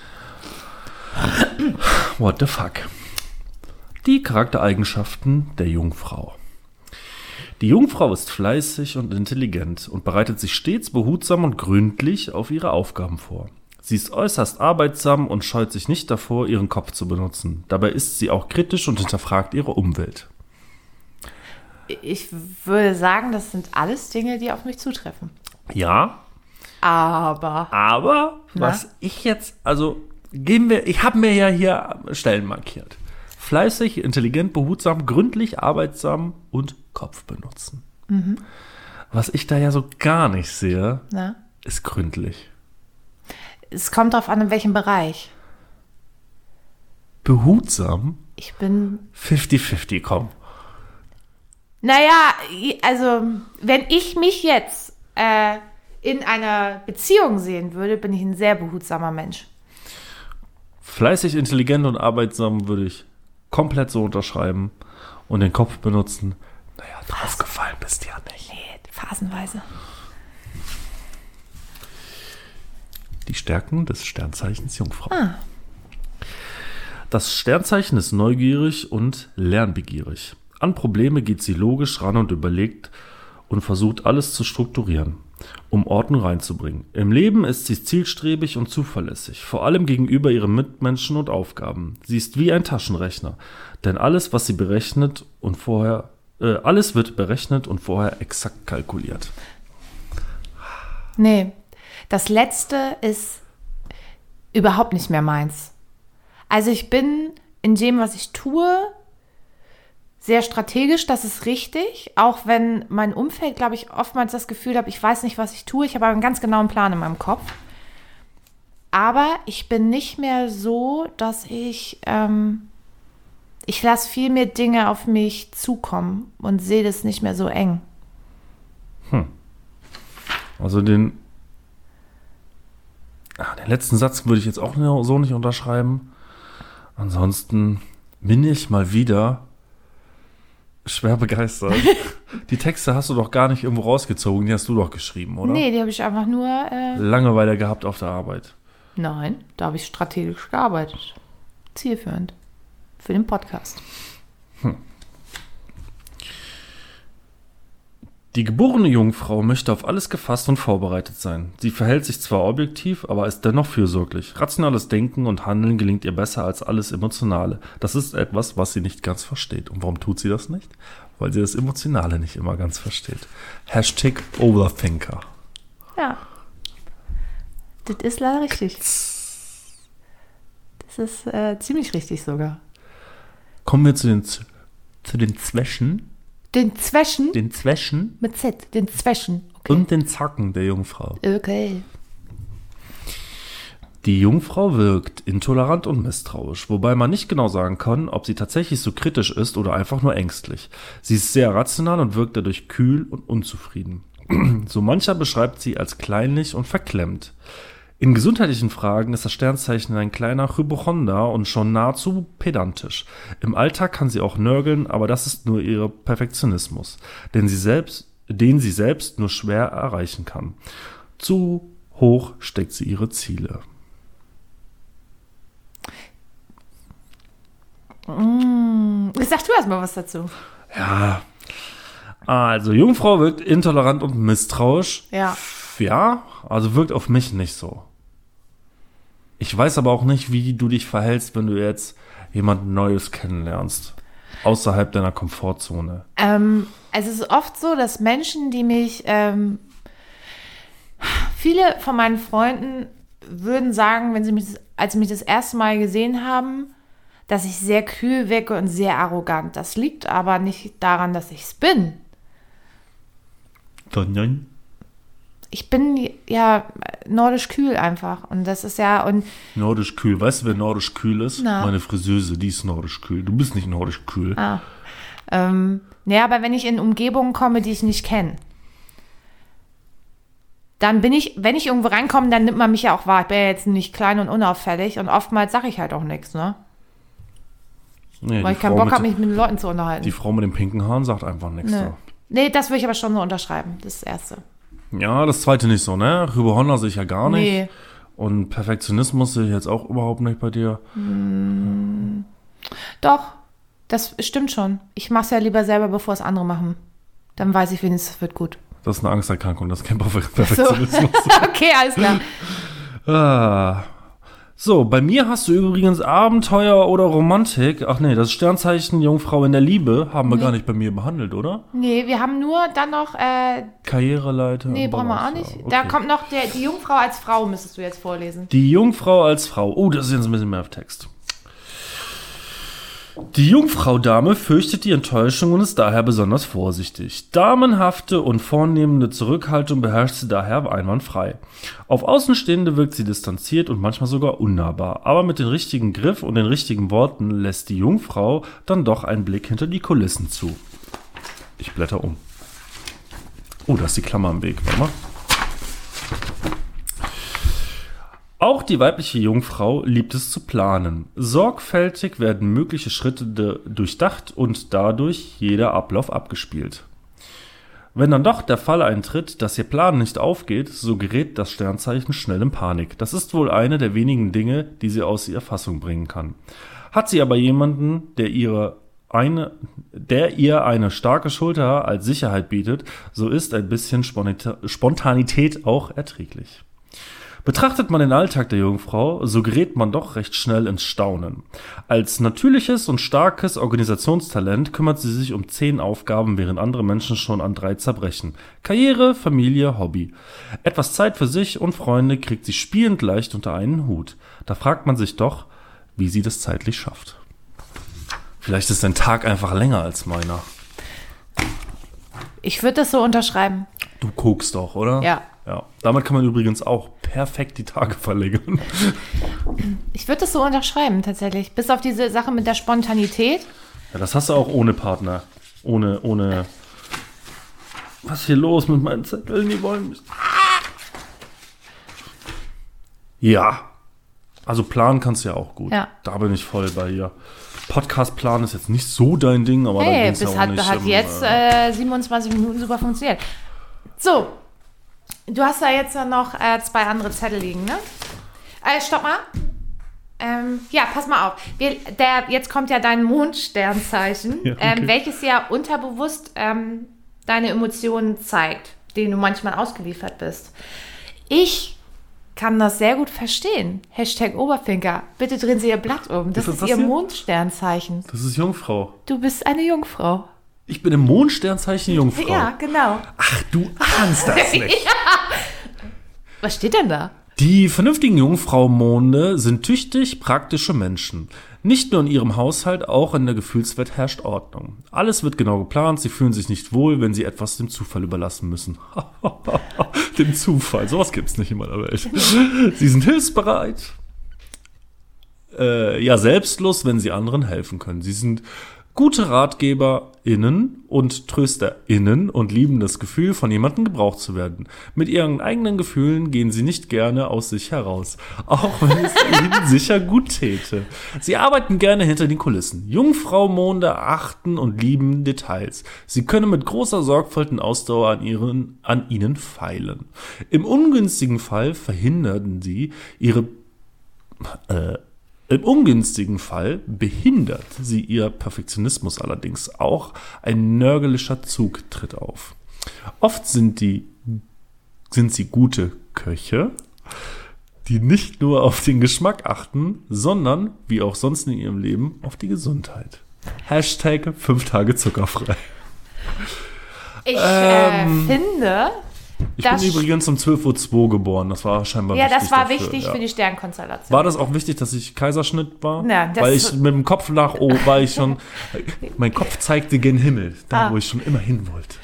What the fuck? Die Charaktereigenschaften der Jungfrau. Die Jungfrau ist fleißig und intelligent und bereitet sich stets behutsam und gründlich auf ihre Aufgaben vor. Sie ist äußerst arbeitsam und scheut sich nicht davor, ihren Kopf zu benutzen. Dabei ist sie auch kritisch und hinterfragt ihre Umwelt. Ich würde sagen, das sind alles Dinge, die auf mich zutreffen. Ja, Aber. aber Na? was ich jetzt, also gehen wir, ich habe mir ja hier Stellen markiert. Fleißig, intelligent, behutsam, gründlich, arbeitsam und Kopf benutzen. Mhm. Was ich da ja so gar nicht sehe, Na? ist gründlich. Es kommt drauf an, in welchem Bereich. Behutsam, Ich bin. fünfzig fünfzig, komm. Naja, also, wenn ich mich jetzt äh, in einer Beziehung sehen würde, bin ich ein sehr behutsamer Mensch. Fleißig, intelligent und arbeitsam würde ich komplett so unterschreiben und den Kopf benutzen. Naja, draufgefallen bist du ja nicht. Nee, phasenweise. Die Stärken des Sternzeichens Jungfrau. Ah. Das Sternzeichen ist neugierig und lernbegierig. An Probleme geht sie logisch ran und überlegt und versucht alles zu strukturieren, um Ordnung reinzubringen. Im Leben ist sie zielstrebig und zuverlässig, vor allem gegenüber ihren Mitmenschen und Aufgaben. Sie ist wie ein Taschenrechner, denn alles, was sie berechnet und vorher, äh, alles wird berechnet und vorher exakt kalkuliert. Nee, das Letzte ist überhaupt nicht mehr meins. Also ich bin in dem, was ich tue, sehr strategisch, das ist richtig, auch wenn mein Umfeld, glaube ich, oftmals das Gefühl hat, ich weiß nicht, was ich tue, ich habe einen ganz genauen Plan in meinem Kopf. Aber ich bin nicht mehr so, dass ich, ähm, ich lasse viel mehr Dinge auf mich zukommen und sehe das nicht mehr so eng. Also den, ah, den letzten Satz würde ich jetzt auch so nicht unterschreiben. Ansonsten bin ich mal wieder schwer begeistert. Die Texte hast du doch gar nicht irgendwo rausgezogen, die hast du doch geschrieben, oder? Nee, die habe ich einfach nur... Äh, Langeweile gehabt auf der Arbeit. Nein, da habe ich strategisch gearbeitet. Zielführend. Für den Podcast. Die geborene Jungfrau möchte auf alles gefasst und vorbereitet sein. Sie verhält sich zwar objektiv, aber ist dennoch fürsorglich. Rationales Denken und Handeln gelingt ihr besser als alles Emotionale. Das ist etwas, was sie nicht ganz versteht. Und warum tut sie das nicht? Weil sie das Emotionale nicht immer ganz versteht. Hashtag Overthinker. Ja. Das ist leider richtig. Das ist äh, ziemlich richtig sogar. Kommen wir zu den, Z- zu den Zwäschen. Den Zwäschen? Den Zwäschen Mit Z, den Zwäschen. Okay. und den Zacken der Jungfrau. Okay. Die Jungfrau wirkt intolerant und misstrauisch, wobei man nicht genau sagen kann, ob sie tatsächlich so kritisch ist oder einfach nur ängstlich. Sie ist sehr rational und wirkt dadurch kühl und unzufrieden. So mancher beschreibt sie als kleinlich und verklemmt. In gesundheitlichen Fragen ist das Sternzeichen ein kleiner Hypochonder und schon nahezu pedantisch. Im Alltag kann sie auch nörgeln, aber das ist nur ihr Perfektionismus, den sie selbst, den sie selbst nur schwer erreichen kann. Zu hoch steckt sie ihre Ziele. Mm, sag du erst mal was dazu. Ja, also Jungfrau wirkt intolerant und misstrauisch. Ja. Ja, also wirkt auf mich nicht so. Ich weiß aber auch nicht, wie du dich verhältst, wenn du jetzt jemand Neues kennenlernst. Außerhalb deiner Komfortzone. Ähm, es ist oft so, dass Menschen, die mich, ähm, viele von meinen Freunden würden sagen, wenn sie mich, als sie mich das erste Mal gesehen haben, dass ich sehr kühl wirke und sehr arrogant. Das liegt aber nicht daran, dass ich es bin, Dann Ich bin ja nordisch kühl einfach. Und das ist ja, und nordisch kühl. Weißt du, wer nordisch kühl ist? Na. Meine Friseuse, die ist nordisch kühl. Du bist nicht nordisch kühl. ah, ähm, naja, aber wenn ich in Umgebungen komme, die ich nicht kenne, dann bin ich, wenn ich irgendwo reinkomme, dann nimmt man mich ja auch wahr. Ich bin ja jetzt nicht klein und unauffällig und oftmals sage ich halt auch nichts, ne? Nee, Weil die ich keinen Frau Bock mit- habe, mich mit den Leuten zu unterhalten. Die Frau mit den pinken Haaren sagt einfach nichts. Nö. So. Nee, das würde ich aber schon so unterschreiben, das Erste. Ja, das zweite nicht so, ne? Rüberhonner sehe ich ja gar nicht. Nee. Und Perfektionismus sehe ich jetzt auch überhaupt nicht bei dir. Doch, das stimmt schon. Ich mache es ja lieber selber, bevor es andere machen. Dann weiß ich wenigstens, es wird gut. Das ist eine Angsterkrankung, das ist kein Perfe- Perfektionismus. Okay, alles klar. Ah. So, bei mir hast du übrigens Abenteuer oder Romantik. Ach nee, das Sternzeichen Jungfrau in der Liebe haben wir gar nicht bei mir behandelt, oder? Nee, wir haben nur dann noch, äh, Karriereleiter. nee, und brauchen wir auch Balance, nicht. ja, Da okay. kommt noch der, die Jungfrau als Frau, müsstest du jetzt vorlesen. Die Jungfrau als Frau. Oh, das ist jetzt ein bisschen mehr auf Text. Die Jungfrau-Dame fürchtet die Enttäuschung und ist daher besonders vorsichtig. Damenhafte und vornehmende Zurückhaltung beherrscht sie daher einwandfrei. Auf Außenstehende wirkt sie distanziert und manchmal sogar unnahbar. Aber mit dem richtigen Griff und den richtigen Worten lässt die Jungfrau dann doch einen Blick hinter die Kulissen zu. Ich blätter um. Oh, da ist die Klammer am Weg. Warte mal. Auch die weibliche Jungfrau liebt es zu planen. Sorgfältig werden mögliche Schritte de- durchdacht und dadurch jeder Ablauf abgespielt. Wenn dann doch der Fall eintritt, dass ihr Plan nicht aufgeht, so gerät das Sternzeichen schnell in Panik. Das ist wohl eine der wenigen Dinge, die sie aus ihrer Fassung bringen kann. Hat sie aber jemanden, der ihre eine, der ihr eine starke Schulter als Sicherheit bietet, so ist ein bisschen Sponta- Spontanität auch erträglich. Betrachtet man den Alltag der Jungfrau, so gerät man doch recht schnell ins Staunen. Als natürliches und starkes Organisationstalent kümmert sie sich um zehn Aufgaben, während andere Menschen schon an drei zerbrechen. Karriere, Familie, Hobby. Etwas Zeit für sich und Freunde kriegt sie spielend leicht unter einen Hut. Da fragt man sich doch, wie sie das zeitlich schafft. Vielleicht ist dein Tag einfach länger als meiner. Ich würde das so unterschreiben. Du guckst doch, oder? Ja. Ja. Damit kann man übrigens auch perfekt die Tage verlängern. Ich würde das so unterschreiben, tatsächlich. Bis auf diese Sache mit der Spontanität. Ja, das hast du auch ohne Partner. Ohne, ohne. Was ist hier los mit meinen Zetteln? Die wollen mich. Ja. Also planen kannst du ja auch gut. Ja. Da bin ich voll bei ihr. Podcast planen ist jetzt nicht so dein Ding, aber da Hey, ging's bis ja auch hat, nicht. hat ähm, jetzt äh, äh, siebenundzwanzig Minuten super funktioniert. So, du hast da jetzt ja noch äh, zwei andere Zettel liegen, ne? Äh, stopp mal. Ähm, ja, pass mal auf. Wir, der, jetzt kommt ja dein Mondsternzeichen, Ja, okay. ähm, welches ja unterbewusst ähm, deine Emotionen zeigt, denen du manchmal ausgeliefert bist. Ich kann das sehr gut verstehen. Hashtag Oberfinker. Bitte drehen Sie Ihr Blatt um. Das Was ist ist das Ihr hier? Mondsternzeichen. Das ist Jungfrau. Du bist eine Jungfrau. Ich bin im Mondsternzeichen Jungfrau. Ja, genau. Ach, du ahnst das nicht. Was steht denn da? Die vernünftigen Jungfrau-Monde sind tüchtig, praktische Menschen. Nicht nur in ihrem Haushalt, auch in der Gefühlswelt herrscht Ordnung. Alles wird genau geplant, sie fühlen sich nicht wohl, wenn sie etwas dem Zufall überlassen müssen. Dem Zufall, sowas gibt's nicht in meiner Welt. Sie sind hilfsbereit, äh, ja selbstlos, wenn sie anderen helfen können. Sie sind gute RatgeberInnen und TrösterInnen und lieben das Gefühl, von jemandem gebraucht zu werden. Mit ihren eigenen Gefühlen gehen sie nicht gerne aus sich heraus, auch wenn es ihnen sicher gut täte. Sie arbeiten gerne hinter den Kulissen. Jungfrau-Monde achten und lieben Details. Sie können mit großer Sorgfalt und Ausdauer an, ihren, an ihnen feilen. Im ungünstigen Fall verhindern sie ihre äh, Im ungünstigen Fall behindert sie ihr Perfektionismus allerdings auch. Ein nörglischer Zug tritt auf. Oft sind, die, sind sie gute Köche, die nicht nur auf den Geschmack achten, sondern, wie auch sonst in ihrem Leben, auf die Gesundheit. Hashtag fünf Tage zuckerfrei. Ich Ähm, äh, finde, Ich das, bin übrigens um zwölf Uhr zwei geboren. Das war scheinbar ja, wichtig das war dafür, wichtig ja. für die Sternkonstellation. War das auch wichtig, dass ich Kaiserschnitt war? Ja, das- Weil ich mit dem Kopf nach oben war ich schon, mein Kopf zeigte gen Himmel, da Ah. wo ich schon immer hin wollte.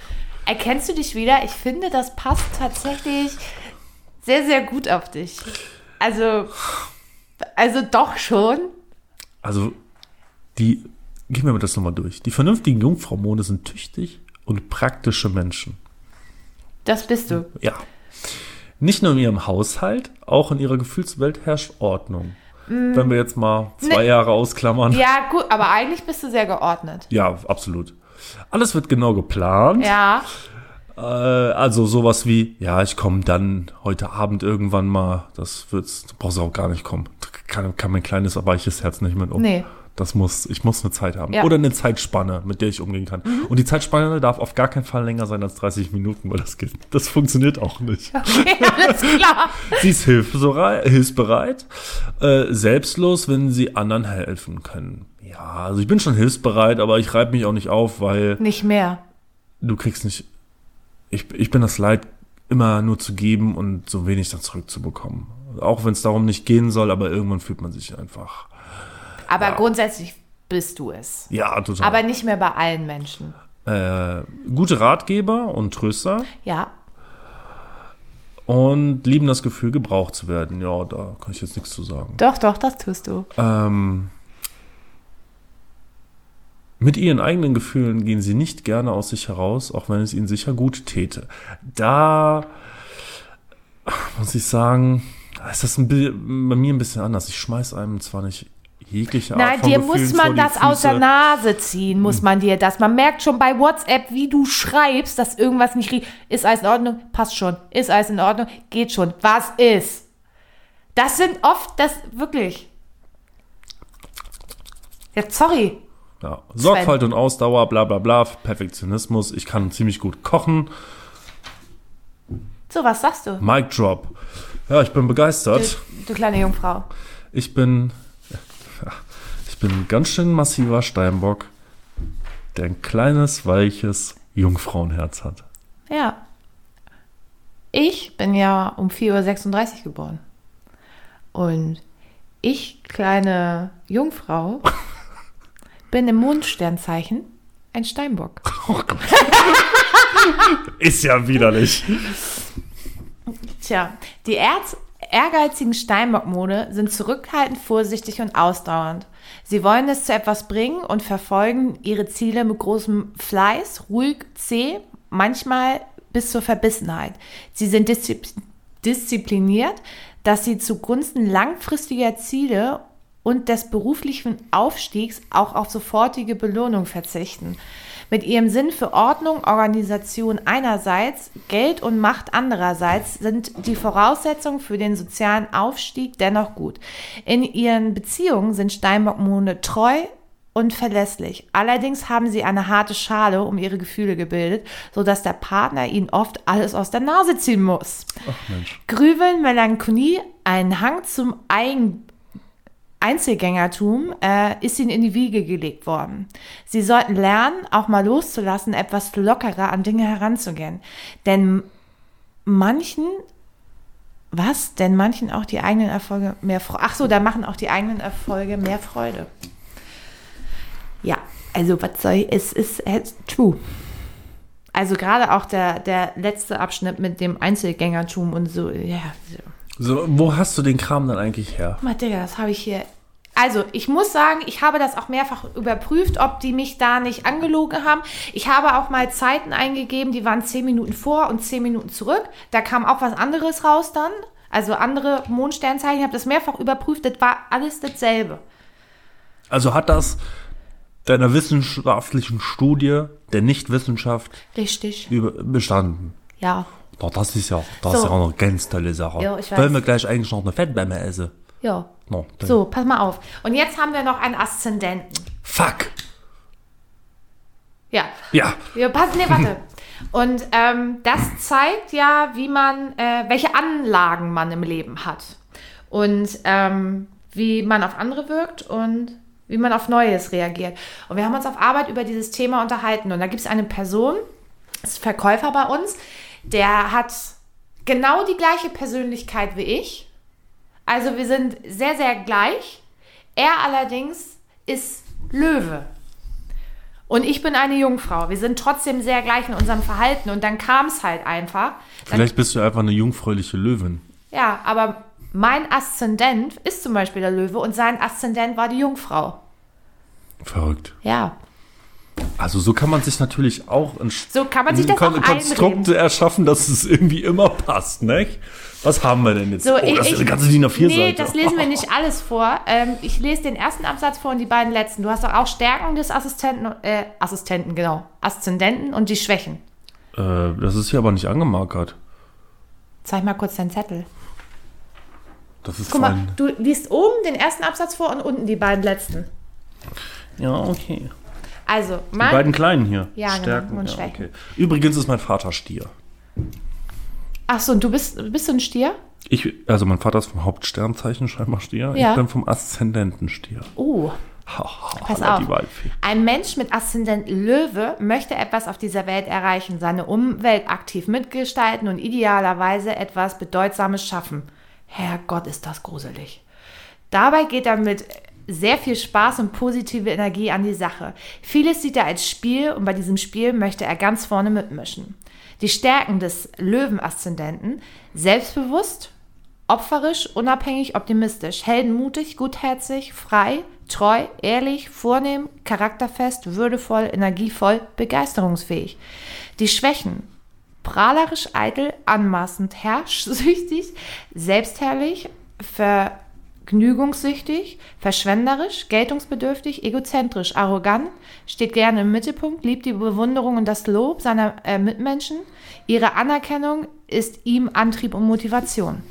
Erkennst du dich wieder? Ich finde, das passt tatsächlich sehr, sehr gut auf dich. Also, also doch schon. Also, die, gehen wir mal das nochmal durch. Die vernünftigen Jungfrau-Monde sind tüchtig und praktische Menschen. Das bist du. Ja. Nicht nur in ihrem Haushalt, auch in ihrer Gefühlswelt herrscht Ordnung. Mm. Wenn wir jetzt mal zwei ne. Jahre ausklammern. Ja, gut, aber eigentlich bist du sehr geordnet. Ja, absolut. Alles wird genau geplant. Ja. Äh, also sowas wie, ja, ich komme dann heute Abend irgendwann mal. Das wird's, du brauchst auch gar nicht kommen. Kann, kann mein kleines, weiches Herz nicht mit um. Nee. Das muss, ich muss eine Zeit haben. Ja. Oder eine Zeitspanne, mit der ich umgehen kann. Mhm. Und die Zeitspanne darf auf gar keinen Fall länger sein als dreißig Minuten, weil das geht. Das funktioniert auch nicht. Okay, alles klar. Sie ist hilfsbereit, hilfsbereit äh, selbstlos, wenn sie anderen helfen können. Ja, also ich bin schon hilfsbereit, aber ich reibe mich auch nicht auf, weil... Nicht mehr. Du kriegst nicht... Ich, ich bin das leid, immer nur zu geben und so wenig dann zurückzubekommen. Auch wenn es darum nicht gehen soll, aber irgendwann fühlt man sich einfach... Aber ja. grundsätzlich bist du es. Ja, total. Aber nicht mehr bei allen Menschen. Äh, gute Ratgeber und Tröster. Ja. Und lieben das Gefühl, gebraucht zu werden. Ja, da kann ich jetzt nichts zu sagen. Doch, doch, das tust du. Ähm, mit ihren eigenen Gefühlen gehen sie nicht gerne aus sich heraus, auch wenn es ihnen sicher gut täte. Da muss ich sagen, ist das ein, bei mir ein bisschen anders. Ich schmeiß einem zwar nicht jegliche Art Nein, von dir Gefühlen muss man vor die das aus der Füße. Nase ziehen, muss man dir das. Man merkt schon bei WhatsApp, wie du schreibst, dass irgendwas nicht riecht. Ist alles in Ordnung? Passt schon. Ist alles in Ordnung? Geht schon. Was ist? Das sind oft, das wirklich. Ja, sorry. Ja, Sorgfalt und Ausdauer, bla bla bla, Perfektionismus. Ich kann ziemlich gut kochen. So, was sagst du? Mic Drop. Ja, ich bin begeistert. Du, du kleine Jungfrau. Ich bin... Ich bin ein ganz schön massiver Steinbock, der ein kleines, weiches Jungfrauenherz hat. Ja. Ich bin ja um vier Uhr sechsunddreißig geboren. Und ich, kleine Jungfrau, bin im Mondsternzeichen ein Steinbock. Oh Gott. Ist ja widerlich. Tja, die Erz- ehrgeizigen Steinbock-Monde sind zurückhaltend, vorsichtig und ausdauernd. Sie wollen es zu etwas bringen und verfolgen ihre Ziele mit großem Fleiß, ruhig, zäh, manchmal bis zur Verbissenheit. Sie sind diszi- diszipliniert, dass sie zugunsten langfristiger Ziele und des beruflichen Aufstiegs auch auf sofortige Belohnung verzichten. Mit ihrem Sinn für Ordnung, Organisation einerseits, Geld und Macht andererseits sind die Voraussetzungen für den sozialen Aufstieg dennoch gut. In ihren Beziehungen sind Steinbock-Monde treu und verlässlich. Allerdings haben sie eine harte Schale um ihre Gefühle gebildet, sodass der Partner ihnen oft alles aus der Nase ziehen muss. Ach Mensch. Grübeln, Melancholie, ein Hang zum Eigen Einzelgängertum äh, ist ihnen in die Wiege gelegt worden. Sie sollten lernen, auch mal loszulassen, etwas lockerer an Dinge heranzugehen. Denn manchen, was? Denn manchen auch die eigenen Erfolge mehr Freude. Ach so, da machen auch die eigenen Erfolge mehr Freude. Ja, also was soll ich, es ist it's true. Also gerade auch der, der letzte Abschnitt mit dem Einzelgängertum und so, ja, so. So, wo hast du den Kram dann eigentlich her? Mal, Digga, das habe ich hier. Also, ich muss sagen, ich habe das auch mehrfach überprüft, ob die mich da nicht angelogen haben. Ich habe auch mal Zeiten eingegeben, die waren zehn Minuten vor und zehn Minuten zurück. Da kam auch was anderes raus dann. Also andere Mondsternzeichen. Ich habe das mehrfach überprüft. Das war alles dasselbe. Also hat das deiner wissenschaftlichen Studie der Nichtwissenschaft Richtig. über, bestanden? Ja. Oh, das ist ja, das So. ist ja auch eine ganz tolle Sache. Ja, ich weiß. Wollen wir gleich eigentlich noch eine Fettbämme essen? Ja. No, dann- So, pass mal auf. Und jetzt haben wir noch einen Aszendenten. Fuck. Ja. Ja. Wir passen, nee, warte. Und ähm, das zeigt ja, wie man, äh, welche Anlagen man im Leben hat. Und ähm, wie man auf andere wirkt und wie man auf Neues reagiert. Und wir haben uns auf Arbeit über dieses Thema unterhalten. Und da gibt es eine Person, das ist ein Verkäufer bei uns, der hat genau die gleiche Persönlichkeit wie ich. Also wir sind sehr, sehr gleich. Er allerdings ist Löwe. Und ich bin eine Jungfrau. Wir sind trotzdem sehr gleich in unserem Verhalten. Und dann kam es halt einfach. Dann, Vielleicht bist du einfach eine jungfräuliche Löwin. ja, aber mein Aszendent ist zum Beispiel der Löwe und sein Aszendent war die Jungfrau. Verrückt. Ja. Also so kann man sich natürlich auch ein, So kann man sich das Kon- auch Konstrukte einreden. erschaffen, dass es irgendwie immer passt, ne? Was haben wir denn jetzt? So, oh, das ich- ist eine ganze D I N A vier Seite. Nee, das lesen wir nicht alles vor. Ähm, ich lese den ersten Absatz vor und die beiden letzten. Du hast doch auch Stärken des Assistenten, äh, Assistenten, genau, Aszendenten und die Schwächen. Äh, das ist hier aber nicht angemarkert. Zeig mal kurz deinen Zettel. Das ist Guck mal, fein. du liest oben den ersten Absatz vor und unten die beiden letzten. Ja, okay. Also, Die mein, beiden kleinen hier. Ja, genau, Stärken. und Ja, Schwächen. okay. Übrigens ist mein Vater Stier. ach so, und du bist, bist du ein Stier? Ich, also mein Vater ist vom Hauptsternzeichen scheinbar Stier. Ja. Ich bin vom Aszendenten Stier. Oh, Ha, ha, pass holla auf. die Waldfee. Ein Mensch mit Aszendent Löwe möchte etwas auf dieser Welt erreichen, seine Umwelt aktiv mitgestalten und idealerweise etwas Bedeutsames schaffen. Herrgott, ist das gruselig. Dabei geht er mit sehr viel Spaß und positive Energie an die Sache. Vieles sieht er als Spiel und bei diesem Spiel möchte er ganz vorne mitmischen. Die Stärken des Löwen-Aszendenten: selbstbewusst, opferisch, unabhängig, optimistisch, heldenmutig, gutherzig, frei, treu, ehrlich, vornehm, charakterfest, würdevoll, energievoll, begeisterungsfähig. Die Schwächen: prahlerisch, eitel, anmaßend, herrschsüchtig, selbstherrlich, vergnügungssüchtig, verschwenderisch, geltungsbedürftig, egozentrisch, arrogant, steht gerne im Mittelpunkt, liebt die Bewunderung und das Lob seiner äh, Mitmenschen. Ihre Anerkennung ist ihm Antrieb und Motivation.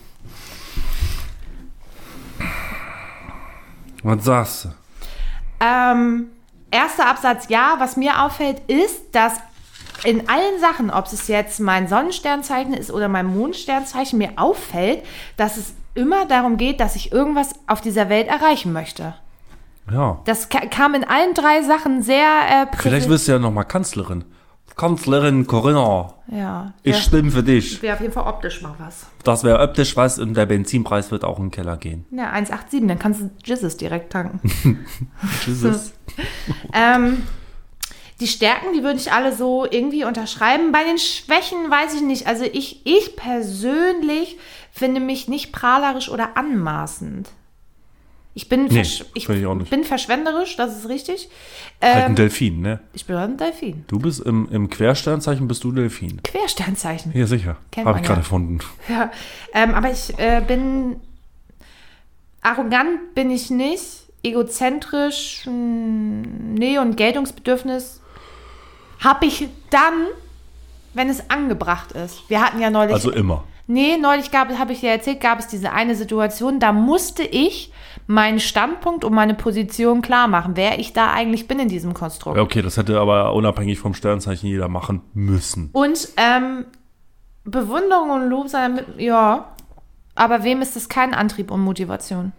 Was sagst du? Ähm, erster Absatz, ja. Was mir auffällt, ist, dass in allen Sachen, ob es jetzt mein Sonnensternzeichen ist oder mein Mondsternzeichen, mir auffällt, dass es immer darum geht, dass ich irgendwas auf dieser Welt erreichen möchte. Ja. Das ka- kam in allen drei Sachen sehr äh, Vielleicht präsent. wirst du ja nochmal Kanzlerin. Kanzlerin Corinna, Ja, ich wär- stimme für dich. wäre auf jeden Fall optisch mal was. Das wäre optisch was und der Benzinpreis wird auch in den Keller gehen. Ja, eins Komma siebenundachtzig, dann kannst du Jizzes direkt tanken. Jesus. Ähm, die Stärken, die würde ich alle so irgendwie unterschreiben. Bei den Schwächen weiß ich nicht. Also ich, ich persönlich finde mich nicht prahlerisch oder anmaßend. Ich bin, Nee, versch- ich finde ich auch nicht. bin verschwenderisch, das ist richtig. Halt ein Ähm, Delfin, ne? ich bin ein Delfin. Du bist im, im Quersternzeichen, bist du Delfin. Quersternzeichen. Ja, sicher. Kennt Habe man ich gerade ja. erfunden. Ja, ähm, aber ich äh, bin arrogant bin ich nicht, egozentrisch, mh, nee, und Geltungsbedürfnis habe ich dann, wenn es angebracht ist. Wir hatten ja neulich, Also immer. nee, neulich gab habe ich dir erzählt, gab es diese eine Situation, da musste ich meinen Standpunkt und meine Position klar machen, wer ich da eigentlich bin in diesem Konstrukt. Ja, okay, das hätte aber unabhängig vom Sternzeichen jeder machen müssen. Und ähm, Bewunderung und Lob seiner Mit- ja, aber wem ist das kein Antrieb und Motivation?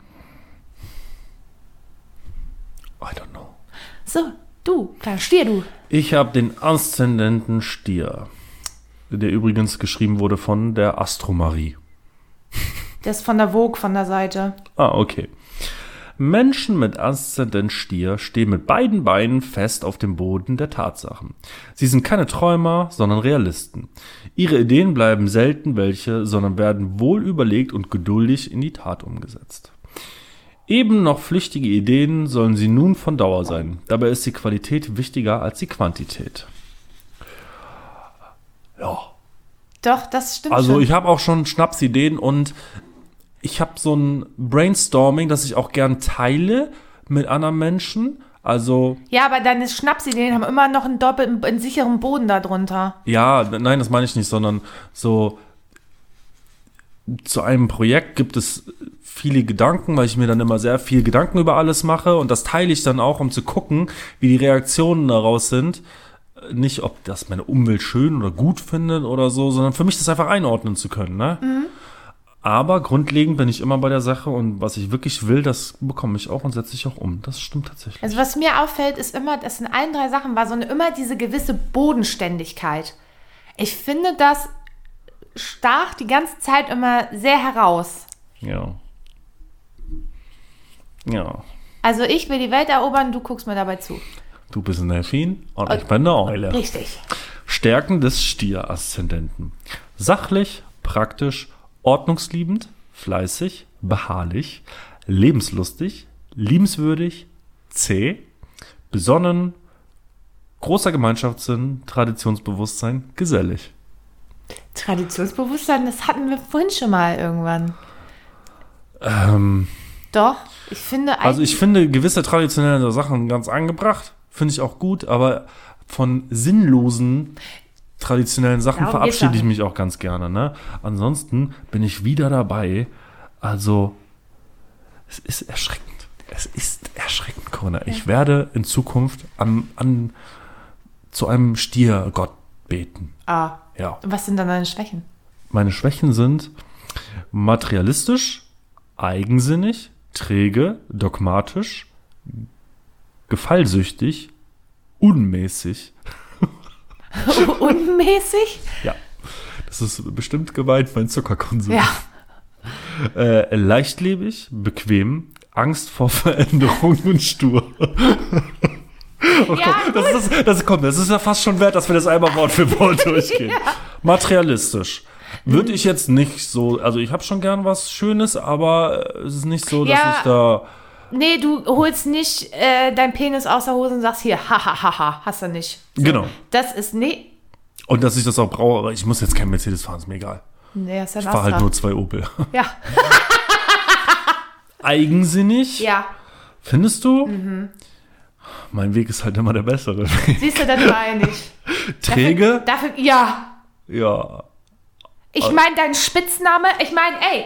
I don't know. So, du, klar, Stier, du. Ich habe den Aszendenten Stier, der übrigens geschrieben wurde von der Astromarie. Der ist von der Vogue von der Seite. Ah, okay. Menschen mit Aszendent Stier stehen mit beiden Beinen fest auf dem Boden der Tatsachen. Sie sind keine Träumer, sondern Realisten. Ihre Ideen bleiben selten welche, sondern werden wohl überlegt und geduldig in die Tat umgesetzt. Eben noch flüchtige Ideen sollen sie nun von Dauer sein. Dabei ist die Qualität wichtiger als die Quantität. Ja. Doch, das stimmt Also schon. ich habe auch schon Schnapsideen und ich habe so ein Brainstorming, das ich auch gern teile mit anderen Menschen. Also Ja, aber deine Schnapsideen haben immer noch einen doppelten, einen sicheren Boden darunter. ja, nein, das meine ich nicht, sondern so zu einem Projekt gibt es viele Gedanken, weil ich mir dann immer sehr viel Gedanken über alles mache und das teile ich dann auch, um zu gucken, wie die Reaktionen daraus sind. Nicht, ob das meine Umwelt schön oder gut findet oder so, sondern für mich das einfach einordnen zu können, ne? Mhm. Aber grundlegend bin ich immer bei der Sache und was ich wirklich will, das bekomme ich auch und setze ich auch um. Das stimmt tatsächlich. Also was mir auffällt, ist immer, dass in allen drei Sachen war so eine, immer diese gewisse Bodenständigkeit. Ich finde, das stach die ganze Zeit immer sehr heraus. Ja. Ja. Also ich will die Welt erobern, du guckst mir dabei zu. Du bist ein Delfin und ich bin eine Eule. Richtig. Stärken des Stier-Aszendenten. Sachlich, praktisch, ordnungsliebend, fleißig, beharrlich, lebenslustig, liebenswürdig, zäh, besonnen, großer Gemeinschaftssinn, Traditionsbewusstsein, gesellig. Traditionsbewusstsein, das hatten wir vorhin schon mal irgendwann. Ähm, Doch, ich finde also ich finde gewisse traditionelle Sachen ganz angebracht, finde ich auch gut, aber von sinnlosen traditionellen Sachen Darum geht's verabschiede ich auch mich auch ganz gerne. Ne? Ansonsten bin ich wieder dabei. Also es ist erschreckend. Es ist erschreckend, Corinna. Ich werde in Zukunft an, an zu einem Stiergott beten. Ah, Ja. was sind dann deine Schwächen? Meine Schwächen sind materialistisch, eigensinnig, träge, dogmatisch, gefallsüchtig, unmäßig. Unmäßig? Ja, das ist bestimmt gemeint, mein Zuckerkonsum. Ja. Äh, leichtlebig, bequem, Angst vor Veränderung und stur. Oh, Ja, komm, das, ist, das, das, komm, das ist ja fast schon wert, dass wir das einmal Wort für Wort durchgehen. Ja. Materialistisch. Würde ich jetzt nicht so, also ich habe schon gern was Schönes, aber es ist nicht so, dass Ja. ich da... Nee, du holst nicht äh, dein Penis aus der Hose und sagst hier, hahaha, ha, ha, hast du nicht. So, Genau. Das ist, nee, Und dass ich das auch brauche, aber ich muss jetzt kein Mercedes fahren, ist mir egal. nee, das ist Ich ein fahre halt Astra. nur zwei Opel. Ja, Eigensinnig, ja. findest du? Mein Weg ist halt immer der bessere. Siehst du, das meine ich. Träge? Dafür, dafür, ja. Ja. Ich meine, dein Spitzname, ich meine, ey,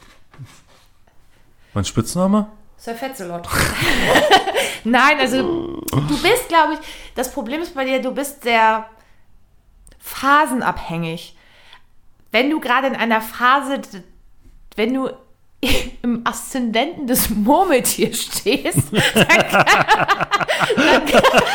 Mein Spitzname? Sir Fetzelot. Nein, also du bist, glaube ich, das Problem ist bei dir, du bist sehr phasenabhängig. Wenn du gerade in einer Phase, wenn du im Aszendenten des Murmeltiers stehst, dann, dann,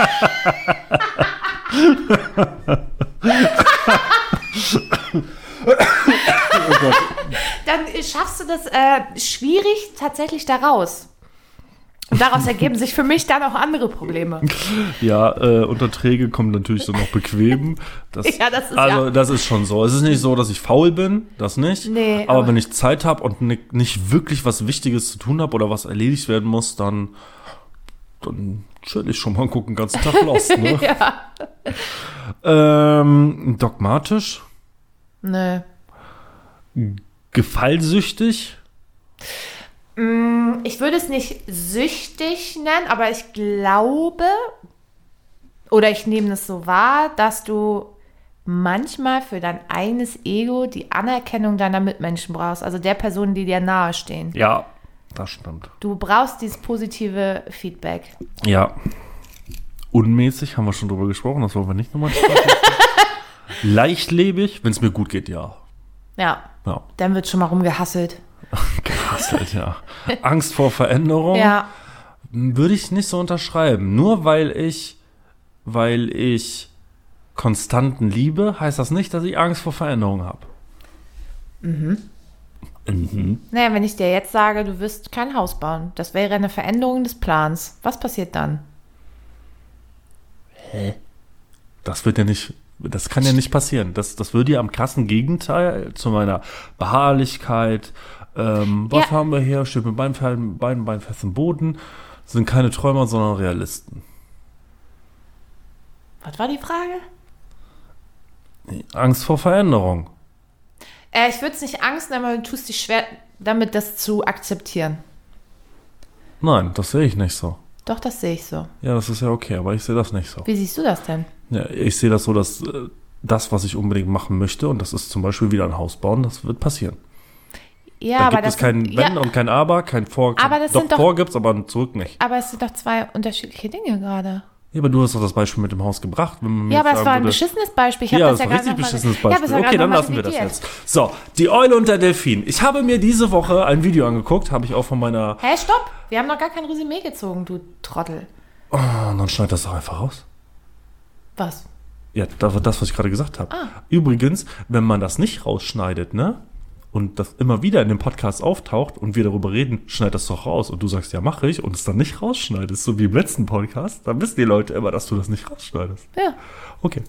dann schaffst du das äh, schwierig tatsächlich da raus. Und daraus ergeben sich für mich dann auch andere Probleme. Ja, äh, unter Träge kommt natürlich so noch bequem. Das, Ja, das ist also ja- das ist schon so. Es ist nicht so, dass ich faul bin, das nicht. Nee, aber, aber- wenn ich Zeit habe und ni- nicht wirklich was Wichtiges zu tun habe oder was erledigt werden muss, dann, dann chill ich schon mal und gucke den ganzen Tag Lost. Ne? Ja. ähm, dogmatisch, Nö. gefallsüchtig. Ich würde es nicht süchtig nennen, aber ich glaube, oder ich nehme es so wahr, dass du manchmal für dein eigenes Ego die Anerkennung deiner Mitmenschen brauchst, also der Personen, die dir nahestehen. Ja, das stimmt. Du brauchst dieses positive Feedback. Ja. Unmäßig, haben wir schon drüber gesprochen, das wollen wir nicht nochmal sprechen. Leichtlebig, wenn es mir gut geht, ja. Ja, Ja, dann wird schon mal rumgehasselt. gehasselt, ja. Angst vor Veränderung. Ja, Würde ich nicht so unterschreiben. Nur weil ich, weil ich Konstanten liebe, heißt das nicht, dass ich Angst vor Veränderung habe. Mhm. Mhm. naja, wenn ich dir jetzt sage, du wirst kein Haus bauen, das wäre eine Veränderung des Plans. Was passiert dann? Das wird ja nicht, das kann ja nicht passieren. Das, das würde ja am krassen Gegenteil zu meiner Beharrlichkeit. Ähm, was Ja. haben wir hier? Steht mit beiden Beinen Beinen fest im Boden. Sind keine Träumer, sondern Realisten. Was war die Frage? Angst vor Veränderung. Äh, ich würde es nicht Angst nennen, aber du tust dich schwer damit, das zu akzeptieren. Nein, das sehe ich nicht so. Doch, das sehe ich so. Ja, das ist ja okay, aber ich sehe das nicht so. Wie siehst du das denn? Ja, ich sehe das so, dass äh, das, was ich unbedingt machen möchte, und das ist zum Beispiel wieder ein Haus bauen, das wird passieren. Ja, da aber gibt das es kein sind, Wenn ja, und kein Aber, kein Vor. Kein, Aber das doch, sind doch- Vor gibt's, aber ein Zurück nicht. aber es sind doch zwei unterschiedliche Dinge gerade. Ja, aber du hast doch das Beispiel mit dem Haus gebracht. Wenn man mir Ja, aber jetzt es sagen war ein würde- beschissenes Beispiel. Ich hab Ja, das das ja war gerade richtig noch mal- beschissenes Ja, aber Beispiel. es war Okay, gerade dann noch mal lassen wir das revidiert. jetzt. So, die Eule und der Delfin. Ich habe mir diese Woche ein Video angeguckt, habe ich auch von meiner... Hä, stopp! Wir haben noch gar kein Resümee gezogen, du Trottel. Oh, und dann schneid das doch einfach raus. Was? Ja, das war das, was ich gerade gesagt habe. Ah. Übrigens, wenn man das nicht rausschneidet, ne? und das immer wieder in dem Podcast auftaucht und wir darüber reden, schneid das doch raus. Und du sagst, ja, mache ich, und es dann nicht rausschneidest, so wie im letzten Podcast, dann wissen die Leute immer, dass du das nicht rausschneidest. Ja. Okay.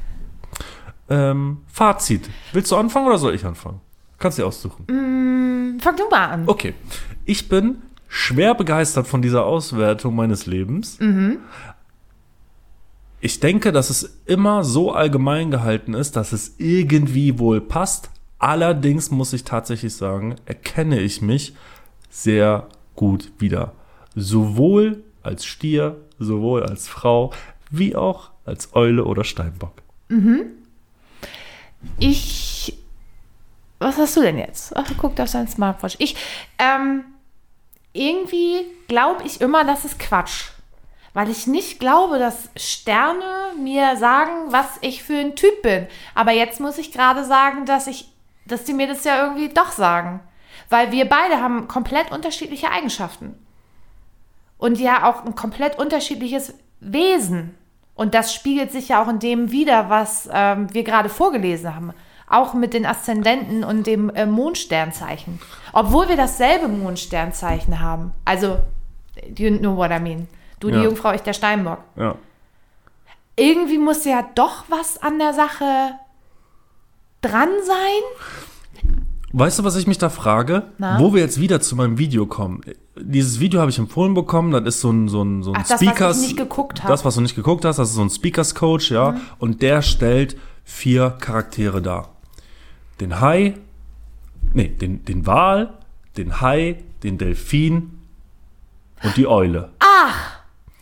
Ähm, Fazit. Willst du anfangen oder soll ich anfangen? Kannst du dir aussuchen. Mm, fang du mal an. Okay. Ich bin schwer begeistert von dieser Auswertung meines Lebens. Mhm. Ich denke, dass es immer so allgemein gehalten ist, dass es irgendwie wohl passt. Allerdings muss ich tatsächlich sagen, erkenne ich mich sehr gut wieder. Sowohl als Stier, sowohl als Frau, wie auch als Eule oder Steinbock. Mhm. Ich... Was hast du denn jetzt? Ach, guck auf dein Smartwatch. Ich, ähm... Irgendwie glaube ich immer, das ist Quatsch. Weil ich nicht glaube, dass Sterne mir sagen, was ich für ein Typ bin. Aber jetzt muss ich gerade sagen, dass ich, dass die mir das ja irgendwie doch sagen. Weil wir beide haben komplett unterschiedliche Eigenschaften. Und ja auch ein komplett unterschiedliches Wesen. Und das spiegelt sich ja auch in dem wider, was ähm, wir gerade vorgelesen haben. Auch mit den Aszendenten und dem äh, Mondsternzeichen. Obwohl wir dasselbe Mondsternzeichen haben. Also, you know what I mean. Du die Ja. Jungfrau, ich der Steinbock. Ja. Irgendwie muss ja doch was an der Sache dran sein. Weißt du, was ich mich da frage? Na? Wo wir jetzt wieder zu meinem Video kommen. Dieses Video habe ich empfohlen bekommen, das ist so ein, so ein, so ein Ach, das, Speakers. was ich nicht geguckt habe. Das, was du nicht geguckt hast, das ist so ein Speakers-Coach, ja. Mhm. Und der stellt vier Charaktere dar. Den Hai, nee, den, den Wal, den Hai, den Delfin und die Eule. Ach!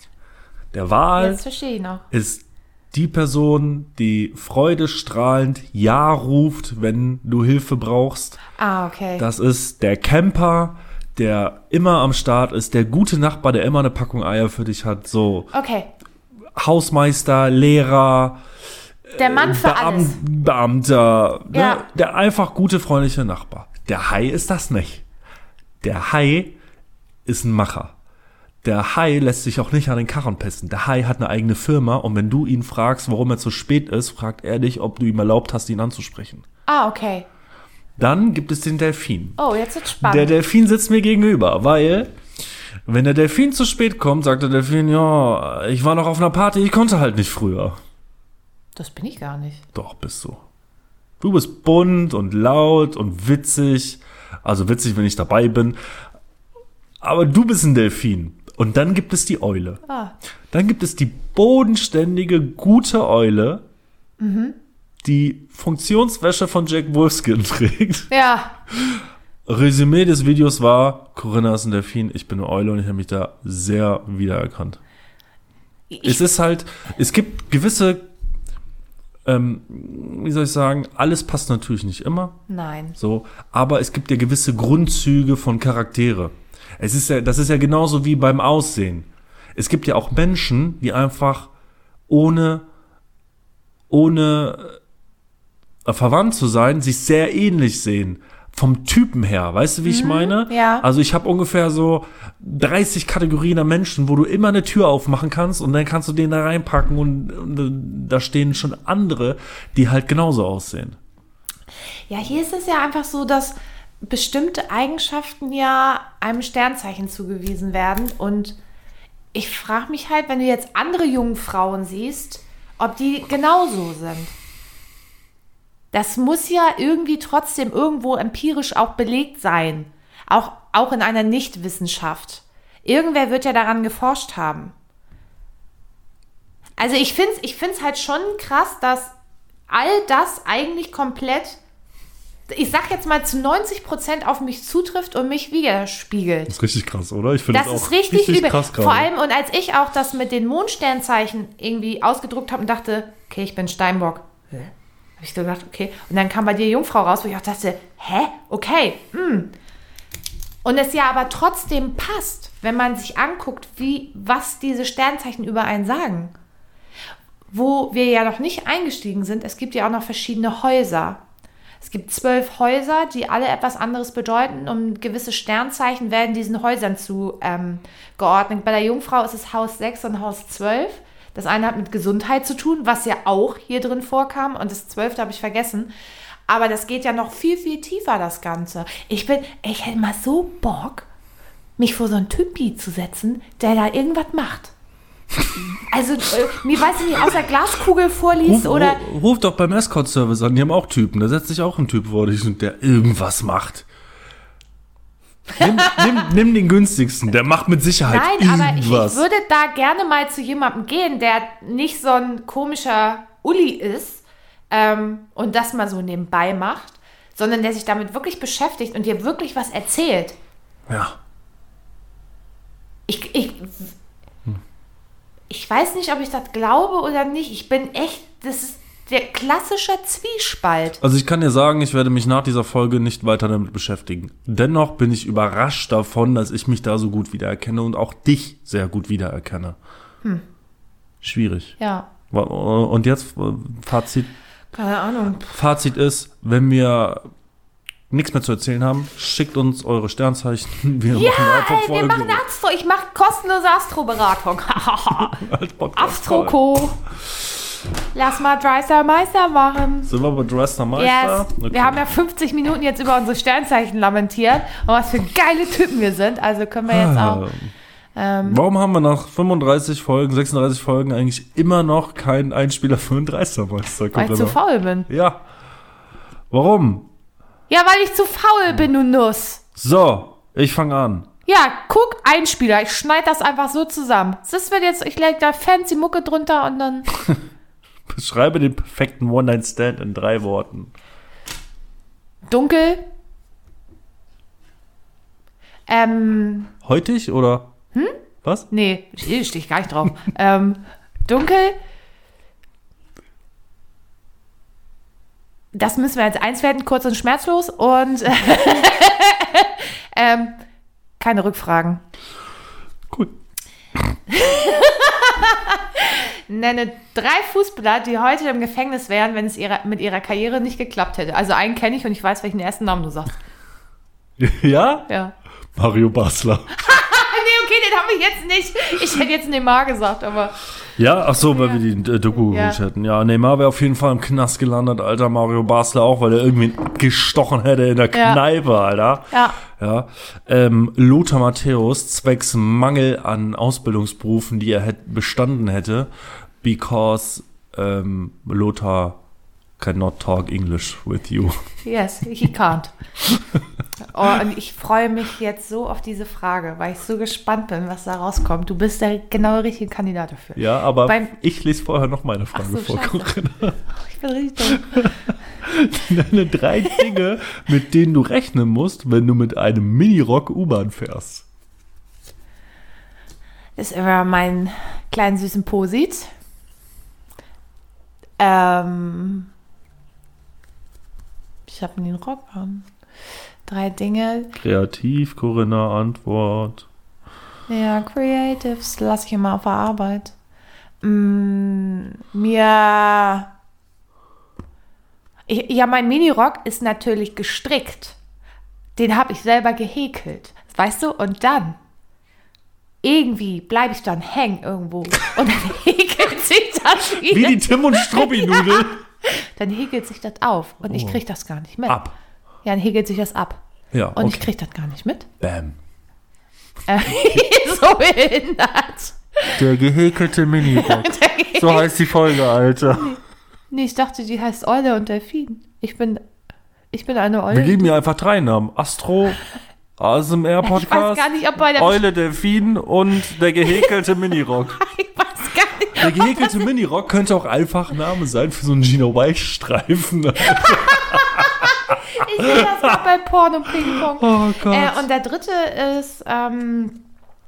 Der Wal Jetzt verstehe ich noch. ist die Person, die freudestrahlend Ja ruft, wenn du Hilfe brauchst. Ah, okay. Das ist der Camper, der immer am Start ist, der gute Nachbar, der immer eine Packung Eier für dich hat. So Okay. Hausmeister, Lehrer, Der Mann für Beam- alles. Beamter, ne? Ja. Der einfach gute, freundliche Nachbar. Der Hai ist das nicht. Der Hai ist ein Macher. Der Hai lässt sich auch nicht an den Karren pissen. Der Hai hat eine eigene Firma und wenn du ihn fragst, warum er zu spät ist, fragt er dich, ob du ihm erlaubt hast, ihn anzusprechen. Ah, okay. Dann gibt es den Delfin. Oh, jetzt wird's spannend. Der Delfin sitzt mir gegenüber, weil wenn der Delfin zu spät kommt, sagt der Delfin, ja, ich war noch auf einer Party, ich konnte halt nicht früher. Das bin ich gar nicht. Doch, bist du. Du bist bunt und laut und witzig. Also witzig, wenn ich dabei bin. Aber du bist ein Delfin. Und dann gibt es die Eule. Ah. Dann gibt es die bodenständige, gute Eule, Mhm. die Funktionswäsche von Jack Wolfskin trägt. Ja. Resümee des Videos war, Corinna ist ein Delfin, ich bin eine Eule und ich habe mich da sehr wiedererkannt. Ich, Es ist halt, es gibt gewisse, ähm, wie soll ich sagen, alles passt natürlich nicht immer, nein. so, aber es gibt ja gewisse Grundzüge von Charaktere. Es ist ja, das ist ja genauso wie beim Aussehen. Es gibt ja auch Menschen, die einfach ohne, ohne äh, verwandt zu sein, sich sehr ähnlich sehen. Vom Typen her, weißt du, wie ich meine? ja. Also ich habe ungefähr so dreißig Kategorien an Menschen, wo du immer eine Tür aufmachen kannst und dann kannst du den da reinpacken und, und da stehen schon andere, die halt genauso aussehen. Ja, hier ist es ja einfach so, dass bestimmte Eigenschaften ja einem Sternzeichen zugewiesen werden. Und ich frage mich halt, wenn du jetzt andere jungen Frauen siehst, ob die genauso sind. Das muss ja irgendwie trotzdem irgendwo empirisch auch belegt sein. Auch, auch in einer Nichtwissenschaft. Irgendwer wird ja daran geforscht haben. Also ich finde es ich find's halt schon krass, dass all das eigentlich komplett, ich sag jetzt mal, zu neunzig Prozent auf mich zutrifft und mich widerspiegelt. Das ist richtig krass, oder? Ich finde Das ist richtig, übel. Vor allem, und als ich auch das mit den Mondsternzeichen irgendwie ausgedruckt habe und dachte, okay, ich bin Steinbock. Hä? Habe ich gedacht, okay. Und dann kam bei dir Jungfrau raus, wo ich auch dachte, hä? Okay. Hm. Und es ja aber trotzdem passt, wenn man sich anguckt, wie, was diese Sternzeichen über einen sagen. Wo wir ja noch nicht eingestiegen sind, es gibt ja auch noch verschiedene Häuser. Es gibt zwölf Häuser, die alle etwas anderes bedeuten und gewisse Sternzeichen werden diesen Häusern zu ähm, geordnet. Bei der Jungfrau ist es Haus sechs und Haus zwölf. Das eine hat mit Gesundheit zu tun, was ja auch hier drin vorkam und das zwölfte habe ich vergessen. Aber das geht ja noch viel, viel tiefer, das Ganze. Ich bin, ich hätte mal so Bock, mich vor so einen Typi zu setzen, der da irgendwas macht. Also, äh, mir weiß ich nicht, aus der Glaskugel vorliest Ruf, oder... ruf, ruf doch beim Escort-Service an, die haben auch Typen. Da setzt sich auch ein Typ vor dich, der irgendwas macht. Nimm, nimm, nimm den günstigsten, der macht mit Sicherheit Nein, aber ich, ich irgendwas. würde da gerne mal zu jemandem gehen, der nicht so ein komischer Uli ist ähm, und das mal so nebenbei macht, sondern der sich damit wirklich beschäftigt und dir wirklich was erzählt. Ja. Ich, ich, ich weiß nicht, ob ich das glaube oder nicht. Ich bin echt, das ist der klassische Zwiespalt. Also ich kann dir sagen, ich werde mich nach dieser Folge nicht weiter damit beschäftigen. Dennoch bin ich überrascht davon, dass ich mich da so gut wiedererkenne und auch dich sehr gut wiedererkenne. Hm. Schwierig. Ja. Und jetzt Fazit. Keine Ahnung. Fazit ist, wenn wir nichts mehr zu erzählen haben, schickt uns eure Sternzeichen. Wir Ja, machen einfach ey, wir Folge. machen Astro. Ich mache kostenlose Astroberatung. Als Podcast. Astroko. Lass mal Dreister Meister machen. Sind wir bei Dresdner Meister? Yes. Okay. Wir haben ja fünfzig Minuten jetzt über unsere Sternzeichen lamentiert und was für geile Typen wir sind. Also können wir jetzt auch... Ähm, Warum haben wir nach fünfunddreißig Folgen, sechsunddreißig Folgen eigentlich immer noch keinen Einspieler für einen Dreistermeister? weil ich zu faul bin. Ja. Warum? Ja, weil ich zu faul bin, du Nuss. So, ich fange an. Ja, guck, Einspieler. Ich schneide das einfach so zusammen. Das wird jetzt, ich lege da fancy Mucke drunter und dann... Beschreibe den perfekten One-Night-Stand in drei Worten. Dunkel. Ähm, Heutig oder? Hm? Was? nee, stehe ich gar nicht drauf. ähm, dunkel. Das müssen wir jetzt eins werden, kurz und schmerzlos und ähm, keine Rückfragen. Cool. Nenne drei Fußballer, die heute im Gefängnis wären, wenn es ihre, mit ihrer Karriere nicht geklappt hätte. Also einen kenne ich und ich weiß, welchen ersten Namen du sagst. Ja? Ja. Mario Basler. Nee, okay, den habe ich jetzt nicht. Ich hätte jetzt Neymar gesagt, aber... Ja, ach so, weil wir die äh, Doku Ja. geguckt hätten. Ja, Neymar wäre auf jeden Fall im Knast gelandet, Alter. Mario Basler auch, weil er irgendwie gestochen hätte in der Ja. Kneipe, Alter. Ja. Ja. Ähm, Lothar Matthäus, zwecks Mangel an Ausbildungsberufen, die er hätt, bestanden hätte, because ähm, Lothar cannot talk English with you. Yes, he can't. Oh, und ich freue mich jetzt so auf diese Frage, weil ich so gespannt bin, was da rauskommt. Du bist der genau richtige Kandidat dafür. Ja, aber Beim- ich lese vorher noch meine Frage Ach so, vor, scheiße. Corinna. Ich bin richtig dumm. Nenne drei Dinge, mit denen du rechnen musst, wenn du mit einem Minirock U-Bahn fährst. Das ist immer mein kleinen süßen Posit. Ähm, ich habe den Rock an. Drei Dinge. Kreativ, Corinna, Antwort. Ja, Creatives lasse ich immer auf der Arbeit. Mm, mir... Ich, ja, mein Minirock ist natürlich gestrickt. Den habe ich selber gehäkelt. Weißt du? Und dann... Irgendwie bleibe ich dann hängen irgendwo. Und dann häkelt sich das wieder. Wie die Tim und Struppi-Nudel. Dann häkelt sich das auf. Und ich kriege das gar nicht mit. Ab. Ja, dann häkelt sich das ab. Ja, Und ich okay. kriege das gar nicht mit. Bam. Äh, so behindert. Der gehäkelte Minirock. So heißt die Folge, Alter. Nee, ich dachte, die heißt Eule und Delfin. Ich bin, ich bin eine Eule. Wir geben mir einfach drei Namen. Astro, A S M R-Podcast, Ich weiß gar nicht, ob bei der... Eule, Delfin und der gehäkelte Minirock. Ich weiß gar nicht. Der gehäkelte Minirock könnte auch einfach ein Name sein für so einen Gino Weichstreifen. Ich sehe das gerade bei Porn und Ping-Pong. Oh Gott. Äh, und der dritte ist, ähm,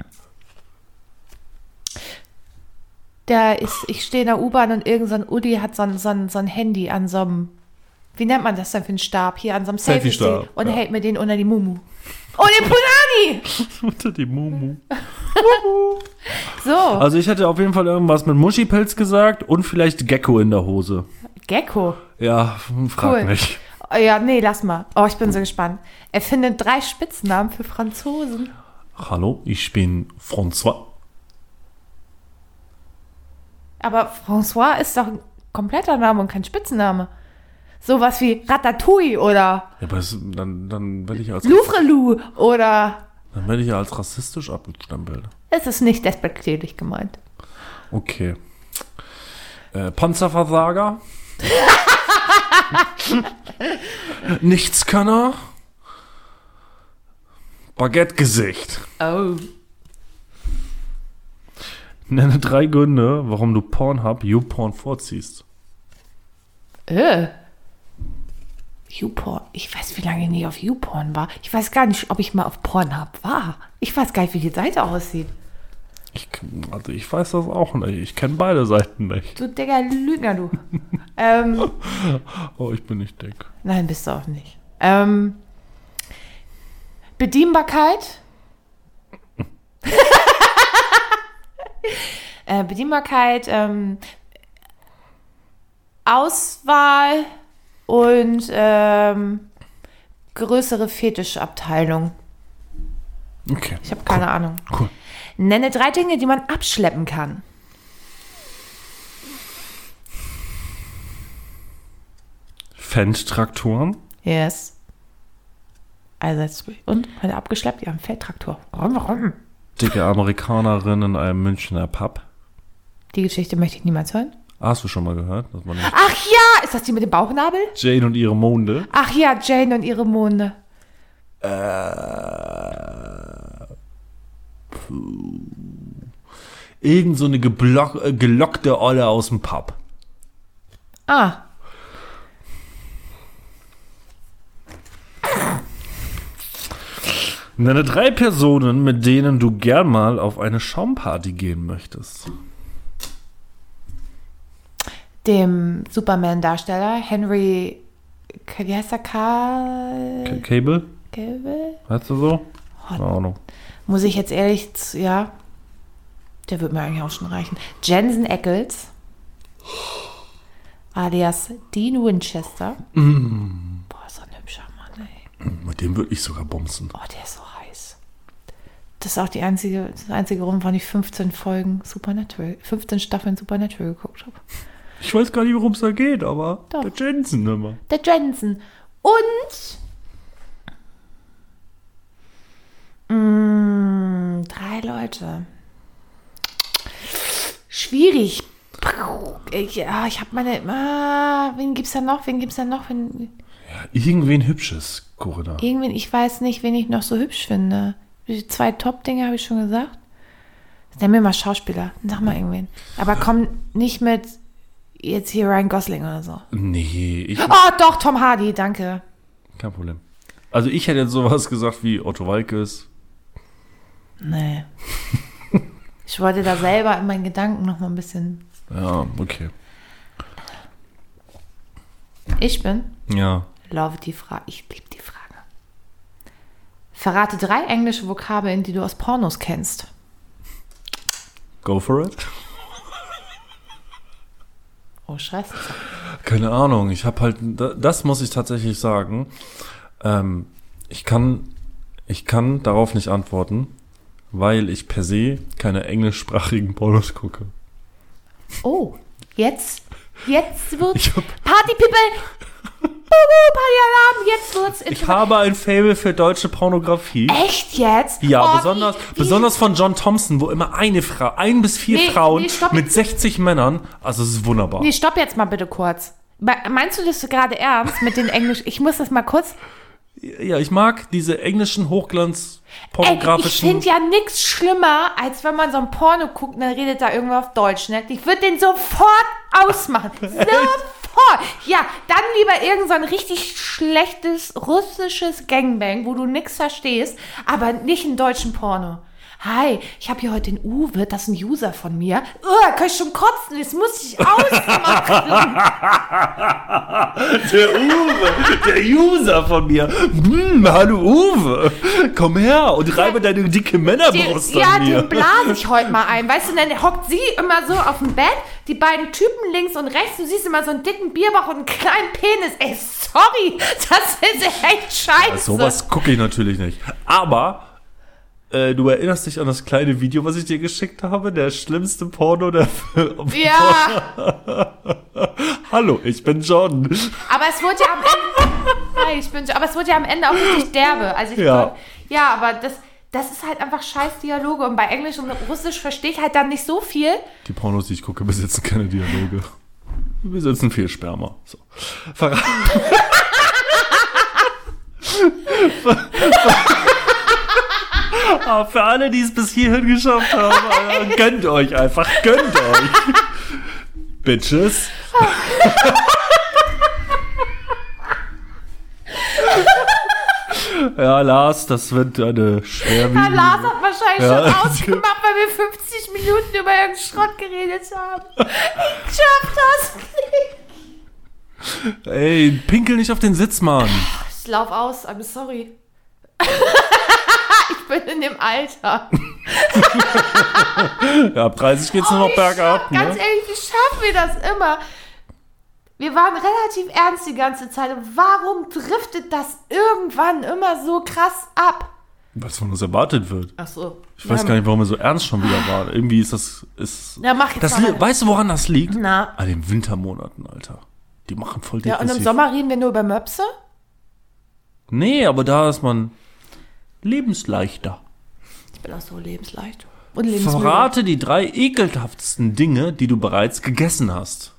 der ist, ich stehe in der U-Bahn und irgend so ein Udi hat so ein, so, ein, so ein Handy an so einem, wie nennt man das denn für einen Stab? Hier an so einem Selfie-Stab, Selfie-Stick und ja. hält mir den unter die Mumu. Oh, den Punani! Unter die Mumu. So, Also ich hätte auf jeden Fall irgendwas mit Muschipelz gesagt und vielleicht Gecko in der Hose. Gecko. Ja, frag Cool. mich. Oh, ja, nee, lass mal. Oh, ich bin so gespannt. Er findet drei Spitznamen für Franzosen. Hallo, ich bin François. Aber François ist doch ein kompletter Name und kein Spitzname. Sowas wie Ratatouille oder Ja, aber das, dann, dann werde ich als Louvre-Lou oder... dann werde ich ja als rassistisch abgestempelt. Es ist nicht despektierlich gemeint. Okay. Äh, Panzerversager. Nichtskönner. Baguette-Gesicht. Oh. Nenne drei Gründe, warum du Pornhub YouPorn vorziehst. Äh. YouPorn. Ich weiß, wie lange ich nie auf YouPorn war. Ich weiß gar nicht, ob ich mal auf Pornhub war. Ich weiß gar nicht, wie die Seite aussieht. Ich, also ich weiß das auch nicht. Ich kenne beide Seiten nicht. Du dicker Lügner, du. ähm, Oh, ich bin nicht dick. nein, bist du auch nicht. Ähm, Bedienbarkeit. äh, Bedienbarkeit, ähm, Auswahl und ähm, größere Fetischabteilung. Okay. Ich habe keine cool. Ahnung. Cool. Nenne drei Dinge, die man abschleppen kann. Fendt-Traktoren. Yes. Also, und? Hat er abgeschleppt? Ja, ein Feldtraktor. Warum, warum? Dicke Amerikanerin in einem Münchner Pub. Die Geschichte möchte ich niemals hören. Hast du schon mal gehört? Das war nicht Ach ja, ist das die mit dem Bauchnabel? Jane und ihre Monde. Ach ja, Jane und ihre Monde. Äh, puh. Irgend so eine geblock, äh, gelockte Olle aus dem Pub. Ah. Nenne drei Personen, mit denen du gern mal auf eine Schaumparty gehen möchtest. Dem Superman-Darsteller Henry, wie heißt er, Karl? K- Cable? Cable? Weißt du so? Keine Ahnung. Muss ich jetzt ehrlich, z- ja, der wird mir eigentlich auch schon reichen. Jensen Ackles, alias Dean Winchester. Mm. Boah, so ein hübscher Mann, ey. Mit dem würde ich sogar bumsen. Oh, der ist so heiß. Das ist auch die einzige, das einzige Grund, wann ich fünfzehn Folgen Supernatural, fünfzehn Staffeln Supernatural geguckt habe. Ich weiß gar nicht, worum es da geht, aber Doch. der Jensen immer. Der Jensen. Und mh, drei Leute. Schwierig. Ich, ja, ich habe meine. Ah, wen gibt's da noch? Wen gibt's da noch? Wen, Ja, irgendwen Hübsches, Corinna. irgendwen, ich weiß nicht, wen ich noch so hübsch finde. Die zwei Top-Dinge habe ich schon gesagt. Nenn mir mal Schauspieler. Sag mal irgendwen. Aber komm nicht mit jetzt hier Ryan Gosling oder so. Nee, ich, Oh, doch, Tom Hardy, danke. kein Problem. Also ich hätte jetzt sowas gesagt wie Otto Walkes. Nee. Ich wollte da selber in meinen Gedanken noch mal ein bisschen. Ja, okay. Ich bin. Ja. Love die Frage. Ich liebe die Frage. Verrate drei englische Vokabeln, die du aus Pornos kennst. Go for it. Oh, scheiße. Keine Ahnung, ich habe halt, das muss ich tatsächlich sagen, ähm, ich kann, ich kann darauf nicht antworten, weil ich per se keine englischsprachigen Pornos gucke. Oh, jetzt, jetzt wird's. Ich, hab, Party People! Bubu, Party-Alarm! Jetzt wird's ich interessant. habe ein Faible für deutsche Pornografie. Echt jetzt? Ja, Oh, besonders, wie- wie- besonders von John Thompson, wo immer eine Frau, ein bis vier Nee, Frauen nee, stopp. mit sechzig Männern, also es ist wunderbar. Nee, stopp jetzt mal bitte kurz. Me- Meinst du das gerade ernst mit den Englisch? Ich muss das mal kurz. Ja, ich mag diese englischen Ey, ich Hochglanz-pornografischen. finde ja nichts schlimmer, als wenn man so ein Porno guckt und dann redet da irgendwer auf Deutsch, ne? Ich würde den sofort ausmachen. Sofort! Ja, dann lieber irgend so ein richtig schlechtes russisches Gangbang, wo du nichts verstehst, aber nicht einen deutschen Porno. Hi, ich habe hier heute den Uwe, das ist ein User von mir. Oh, kann ich schon kotzen, das muss ich ausmachen. Der Uwe, der User von mir. Hm, hallo Uwe, komm her und reibe deine dicke Männerbrust Den, ja, an mir. den blase ich heute mal ein. Weißt du, dann hockt sie immer so auf dem Bett, die beiden Typen links und rechts, du siehst immer so einen dicken Bierbauch und einen kleinen Penis. Ey, sorry, das ist echt scheiße. Sowas gucke ich natürlich nicht. Aber Äh, du erinnerst dich an das kleine Video, was ich dir geschickt habe? Der schlimmste Porno der Film. Ja. Hallo, ich bin John. Aber es wurde ja am Ende. Hi, ich bin, aber es wurde ja am Ende auch richtig derbe. Also ich Ja. glaub, ja, aber das, das ist halt einfach scheiß Dialoge. Und bei Englisch und Russisch verstehe ich halt dann nicht so viel. Die Pornos, die ich gucke, besitzen keine Dialoge. Wir besitzen viel Sperma. So. Verrat. Aber für alle, die es bis hierhin geschafft haben, Alter, gönnt euch einfach, gönnt euch. Bitches. Ja, Lars, das wird eine schwerwiegende... Ja, Lars hat wahrscheinlich Ja. schon ausgemacht, weil wir fünfzig Minuten über irgendeinen Schrott geredet haben. Ich schaff das nicht. Ey, pinkel nicht auf den Sitz, Mann. Ich lauf aus, I'm sorry. Ich bin in dem Alter. Ja, ab dreißig geht's nur noch Oh, bergab. Ganz Ne? ehrlich, wie schaffen wir das immer? Wir waren relativ ernst die ganze Zeit. Und warum driftet das irgendwann immer so krass ab? Weil es von uns erwartet wird. Ach so. Ich weiß gar nicht, warum wir so ernst schon wieder waren. Irgendwie ist das... Ist, Ja, mach jetzt das mal li- weiter. weißt du, woran das liegt? Na. An den Wintermonaten, Alter. Die machen voll Ja, depressiv. und im Sommer reden wir nur über Möpse? Nee, aber da ist man lebensleichter. Ich bin auch so lebensleicht. Und lebensmüde. Verrate die drei ekelhaftesten Dinge, die du bereits gegessen hast.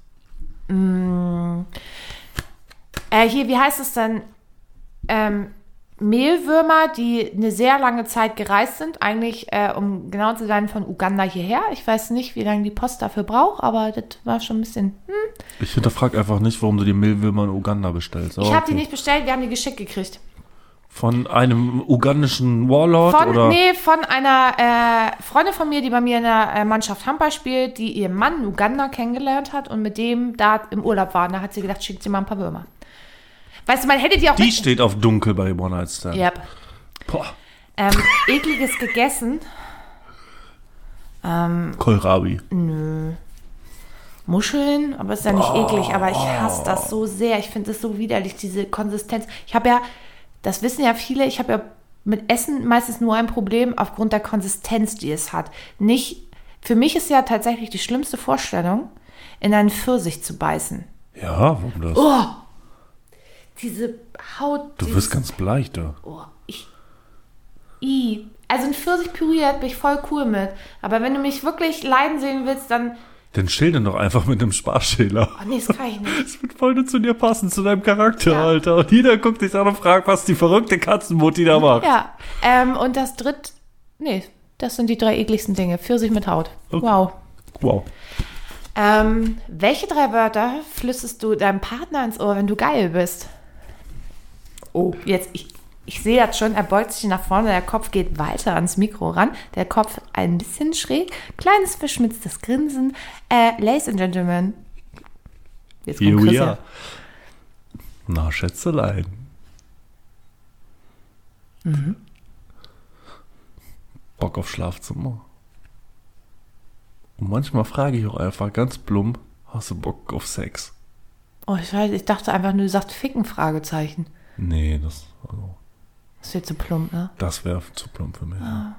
Äh, hier, wie heißt es denn? Ähm, Mehlwürmer, die eine sehr lange Zeit gereist sind. Eigentlich, äh, um genau zu sein, von Uganda hierher. Ich weiß nicht, wie lange die Post dafür braucht, aber das war schon ein bisschen... Hm. Ich hinterfrage einfach nicht, warum du die Mehlwürmer in Uganda bestellst. Ich Aber habe die okay. nicht bestellt, wir haben die geschickt gekriegt. Von einem ugandischen Warlord Von, oder? nee, von einer äh, Freundin von mir, die bei mir in der äh, Mannschaft Handball spielt, die ihren Mann in Uganda kennengelernt hat und mit dem da im Urlaub war. Und da hat sie gedacht, schickt sie mal ein paar Würmer. Weißt du, man hätte die auch... Die mit- steht auf dunkel bei One Night Stand. Yep. Boah. Ähm, ekliges gegessen. Ähm, Kohlrabi. Muscheln, aber ist ja nicht eklig, aber ich hasse das so sehr. Ich finde es so widerlich, diese Konsistenz. Ich habe ja, das wissen ja viele, ich habe ja mit Essen meistens nur ein Problem aufgrund der Konsistenz, die es hat. Nicht, für mich ist ja tatsächlich die schlimmste Vorstellung, in einen Pfirsich zu beißen. Ja, warum das? Oh, diese Haut. du dieses, wirst ganz bleich da. Oh, ich. I. Also ein Pfirsich püriert bin ich voll cool mit. Aber wenn du mich wirklich leiden sehen willst, dann. Dann schildern doch einfach mit einem Sparschäler. Oh nee, das kann ich nicht. Das wird voll nur zu dir passen, zu deinem Charakter, Ja. Alter. Und jeder guckt dich an und fragt, was die verrückte Katzenmutti da macht. Ja. Ähm, und das dritt. Nee, das sind die drei ekligsten Dinge. Pfirsich mit Haut. Okay. Wow. Wow. Ähm, welche drei Wörter flüsterst du deinem Partner ins Ohr, wenn du geil bist? Oh, jetzt, ich, ich sehe das schon, er beugt sich nach vorne, der Kopf geht weiter ans Mikro ran, der Kopf ein bisschen schräg, kleines verschmitztes Grinsen. Äh, Ladies and Gentlemen. Jetzt kommt Here we Christian. are. Na, Schätzelein. Mhm. Bock auf Schlafzimmer. Und manchmal frage ich auch einfach ganz plump, hast du Bock auf Sex? Oh, ich, weiß, ich dachte einfach nur, du sagst Ficken, Fragezeichen. Nee, das, also, Das wird zu plump, ne? das wäre zu plump für mich. Ja.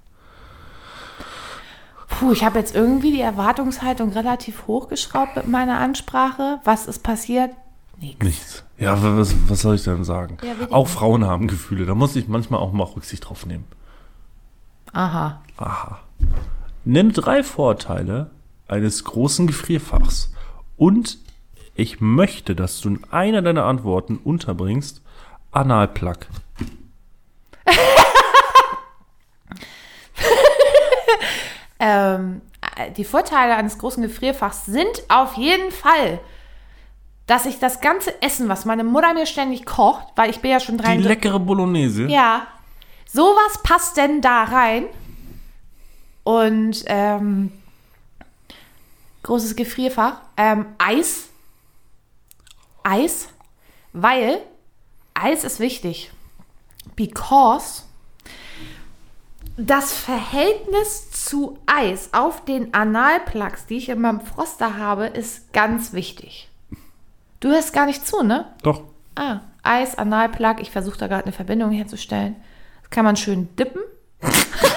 Puh, ich habe jetzt irgendwie die Erwartungshaltung relativ hochgeschraubt mit meiner Ansprache. Was ist passiert? Nichts. Nichts. Ja, was, was soll ich denn sagen? Ja, wirklich. Auch Frauen haben Gefühle, da muss ich manchmal auch mal Rücksicht drauf nehmen. Aha. Aha. Nenne drei Vorteile eines großen Gefrierfachs. Und ich möchte, dass du in einer deiner Antworten unterbringst, Analplug. Ähm, die Vorteile eines großen Gefrierfachs sind auf jeden Fall, dass ich das ganze Essen, was meine Mutter mir ständig kocht, weil ich bin ja schon Die drei... leckere Bolognese. Ja, sowas passt denn da rein. Und ähm, großes Gefrierfach. Ähm, Eis. Eis. Weil Eis ist wichtig. Because das Verhältnis zu Eis auf den Analplugs, die ich in meinem Froster habe, ist ganz wichtig. Du hörst gar nicht zu, ne? Doch. Ah, Eis, Analplug. Ich versuche da gerade eine Verbindung herzustellen. Das kann man schön dippen.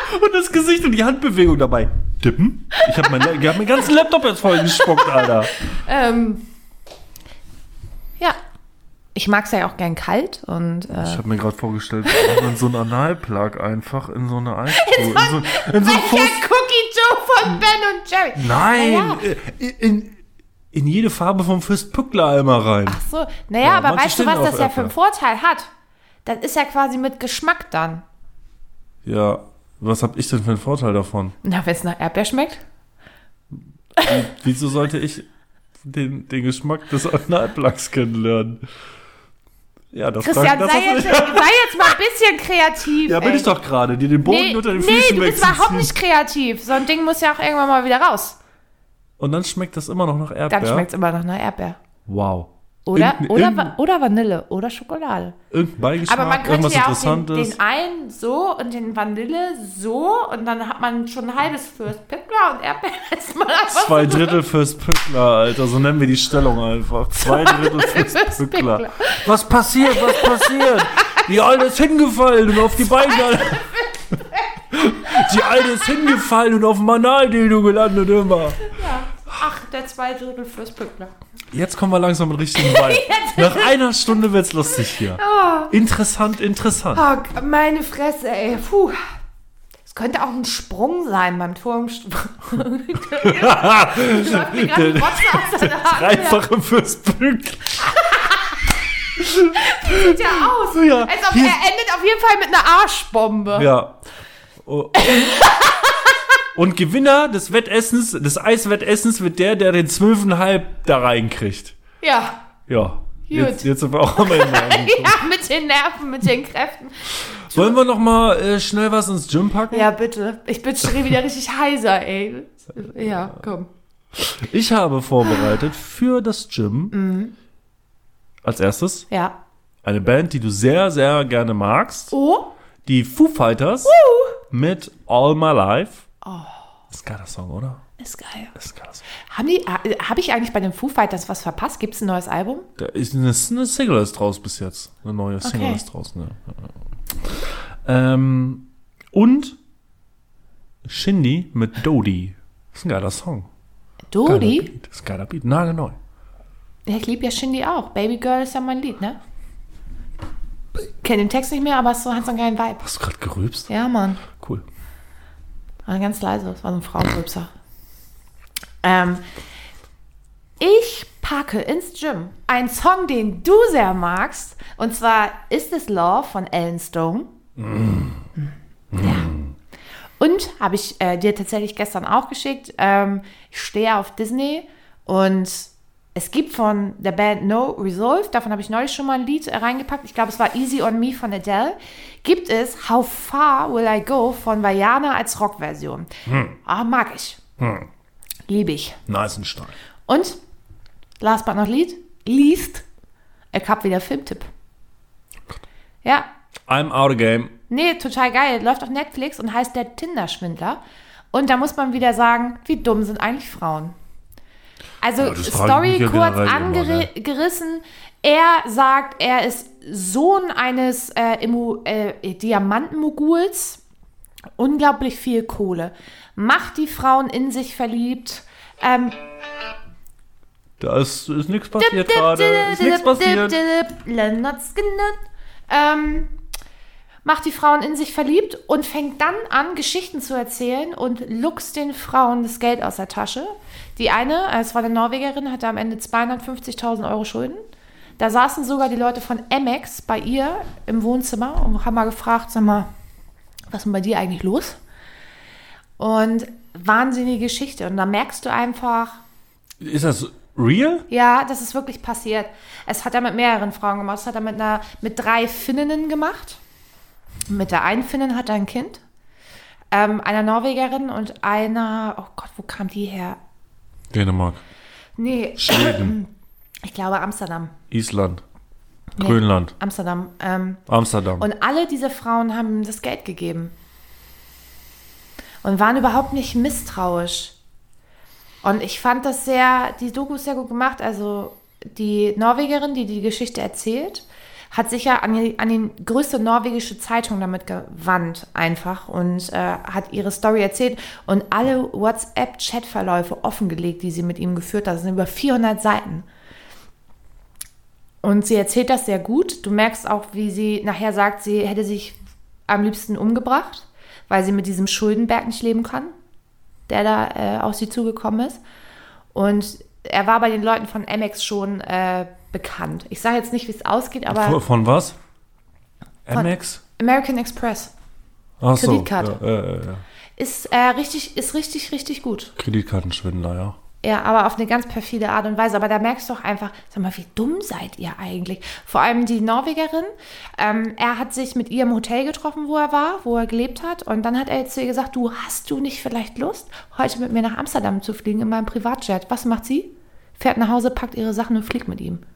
Und das Gesicht und die Handbewegung dabei. Tippen. Ich habe mein, ich hab meinen ganzen Laptop jetzt voll gespuckt, Alter. Ähm, ja. Ich mag es ja auch gern kalt und äh, Ich habe mir gerade vorgestellt, dass man so einen Analplug einfach in so eine Eiskuh. In so, in so welcher Fuß. Cookie Joe von Ben und Jerry? Nein, Naja. in, in, in jede Farbe vom Fürst Pückler einmal rein. Ach so. Naja, Ja, aber manche weißt du, stehen was auf das ja für einen Äpfel. Vorteil hat? Das ist ja quasi mit Geschmack dann. Ja, was habe ich denn für einen Vorteil davon? Na, wenn es nach Erdbeer schmeckt? Wie, wieso sollte ich den, den Geschmack des Analplugs kennenlernen? Ja, das Christian, das sei jetzt, sei jetzt mal ein bisschen kreativ. Ja, bin ey. ich doch gerade, die den Boden Nee, unter den nee, Füßen du bist wegziehen. überhaupt nicht kreativ. So ein Ding muss ja auch irgendwann mal wieder raus. Und dann schmeckt das immer noch nach Erdbeer. Dann schmeckt es immer noch nach Erdbeer. Wow. Oder, Irgendein- oder, irgendein- Va- oder Vanille oder Schokolade. Irgendein Beigeschmack, Aber man könnte irgendwas ja auch den, Interessantes. den einen so und den Vanille so und dann hat man schon ein halbes Fürst Pückler und Erdbeer lässt man einfach Zwei so Drittel fürs Pückler, Alter. So nennen wir die Stellung einfach. Zwei Drittel fürs Fürs Pückler. Pückler. Was passiert? Was passiert? Die Alte ist hingefallen und auf die Beine. Die Alte ist hingefallen und auf dem Analdildo gelandet immer. Ja. Ach, der zwei Drittel Fürst Pückler. Jetzt kommen wir langsam mit richtigen Vibe. Nach einer Stunde wird's lustig hier. Interessant, interessant. Oh, meine Fresse, ey. Puh. Es könnte auch ein Sprung sein beim Turmsprung. Läuft mir gerade die Rotze aus seiner Hand. Dreifache fürs Pückler. Sieht ja aus. Ja, Als ob hier- er endet auf jeden Fall mit einer Arschbombe. Ja. Oh. Und Gewinner des Wettessens, des Eiswettessens wird der, der den zwölfeinhalb da reinkriegt. Ja. Ja. Gut. Jetzt, jetzt sind wir auch am Ende angekommen. Ja, mit den Nerven, mit den Kräften. Wollen wir noch mal äh, schnell was ins Gym packen? Ja, bitte. Ich bin schon wieder richtig heiser, ey. Ja, komm. Ich habe vorbereitet für das Gym Mhm. als erstes Ja. eine Band, die du sehr, sehr gerne magst. Oh. Die Foo Fighters mit All My Life. Oh. Das ist ein geiler Song, oder? Ist geil. Das ist ein geiler Song. Haben die, habe ich eigentlich bei den Foo Fighters was verpasst? Gibt es ein neues Album? Da ist eine, eine Single ist draus bis jetzt. Eine neue Single Okay. ist draus. Ne? Ähm, und Shindy mit Dodie. Das ist ein geiler Song. Geiler Dodi? Beat. Das ist ein geiler Beat. Nagelneu. Ja, ich liebe ja Shindy auch. Baby Girl ist ja mein Lied, ne? Kenn den Text nicht mehr, aber es so, hat so einen geilen Vibe. Hast du gerade gerülpst? Ja, Mann. Cool. War ganz leise. Das war so ein Frauenrülpser. Ähm, ich packe ins Gym einen Song, den du sehr magst. Und zwar Is This Love von Ellen Stone. Mm. Ja. Und habe ich äh, dir tatsächlich gestern auch geschickt. Ähm, ich stehe auf Disney und es gibt von der Band No Resolve, davon habe ich neulich schon mal ein Lied äh, reingepackt. Ich glaube, es war Easy on Me von Adele. Gibt es How Far Will I Go von Vajana als Rockversion. Hm. Ah, mag ich. Hm. Liebe ich. Nice und stark. Und, last but not least, least ich habe wieder Filmtipp. Ja, I'm out of game. nee, total geil. Läuft auf Netflix und heißt Der Tinder-Schwindler. Und da muss man wieder sagen, wie dumm sind eigentlich Frauen? Also, Ja, das frage ich Story mich ja kurz generell immer, ne? angerissen. Er sagt, er ist Sohn eines äh, Immo- äh, Diamantenmoguls. Unglaublich viel Kohle. Macht die Frauen in sich verliebt. Ähm, Da ist, ist nichts passiert gerade. Ist nichts passiert. Leonard Skinner. Ähm, macht die Frauen in sich verliebt und fängt dann an, Geschichten zu erzählen und luchst den Frauen das Geld aus der Tasche. Die eine, es war eine Norwegerin, hatte am Ende zweihundertfünfzigtausend Euro Schulden. Da saßen sogar die Leute von Amex bei ihr im Wohnzimmer und haben mal gefragt, sag mal, was ist denn bei dir eigentlich los? Und wahnsinnige Geschichte. Und da merkst du einfach, Ist das real? ja, das ist wirklich passiert. Es hat er mit mehreren Frauen gemacht. Das hat er mit, einer, mit drei Finninnen gemacht. Mit der einen Finnin hat er ein Kind. Ähm, einer Norwegerin und einer, oh Gott, wo kam die her? Dänemark. Nee, Schweden. ich glaube Amsterdam. Island. Nee, Grönland. Amsterdam. Ähm, Amsterdam. und alle diese Frauen haben ihm das Geld gegeben. Und waren überhaupt nicht misstrauisch. Und ich fand das sehr, die Doku ist sehr gut gemacht. Also die Norwegerin, die die Geschichte erzählt, hat sich ja an die, an die größte norwegische Zeitung damit gewandt einfach und äh, hat ihre Story erzählt und alle WhatsApp-Chat-Verläufe offengelegt, die sie mit ihm geführt hat. Das sind über vierhundert Seiten. Und sie erzählt das sehr gut. Du merkst auch, wie sie nachher sagt, sie hätte sich am liebsten umgebracht, weil sie mit diesem Schuldenberg nicht leben kann, der da äh, auf sie zugekommen ist. Und er war bei den Leuten von Amex schon äh, bekannt. Ich sage jetzt nicht, wie es ausgeht, aber... Von, von was? Amex? American Express. Ach so, Kreditkarte. Ja, äh, ja. Ist, äh, richtig, ist richtig, richtig gut. Kreditkartenschwindler, ja. Ja, aber auf eine ganz perfide Art und Weise. Aber da merkst du doch einfach, sag mal, wie dumm seid ihr eigentlich? Vor allem die Norwegerin. Ähm, er hat sich mit ihr im Hotel getroffen, wo er war, wo er gelebt hat. Und dann hat er zu ihr gesagt, du, hast du nicht vielleicht Lust, heute mit mir nach Amsterdam zu fliegen in meinem Privatjet? Was macht sie? Fährt nach Hause, packt ihre Sachen und fliegt mit ihm.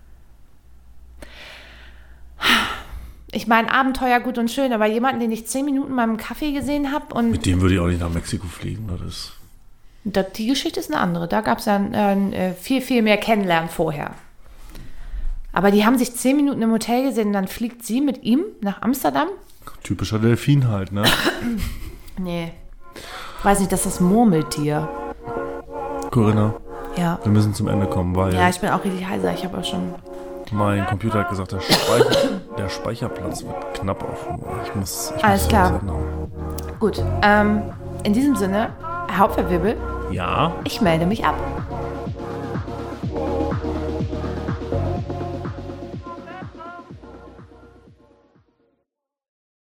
Ich meine, Abenteuer gut und schön, aber jemanden, den ich zehn Minuten beim Kaffee gesehen habe und... Mit dem würde ich auch nicht nach Mexiko fliegen. Das ist... Die Geschichte ist eine andere. Da gab es dann äh, viel, viel mehr Kennenlernen vorher. Aber die haben sich zehn Minuten im Hotel gesehen und dann fliegt sie mit ihm nach Amsterdam. Typischer Delfin halt, ne? Nee. Weiß nicht, das ist das Murmeltier. Corinna, Ja. wir müssen zum Ende kommen, weil Ja, ich bin auch richtig heiser. Ich habe auch schon... mein Computer hat gesagt, der, Speicher, der Speicherplatz wird knapp auf. Ich muss, ich Alles muss klar. senden. Gut. Ähm, in diesem Sinne, Herr Hauptverwirbel, Ja. ich melde mich ab.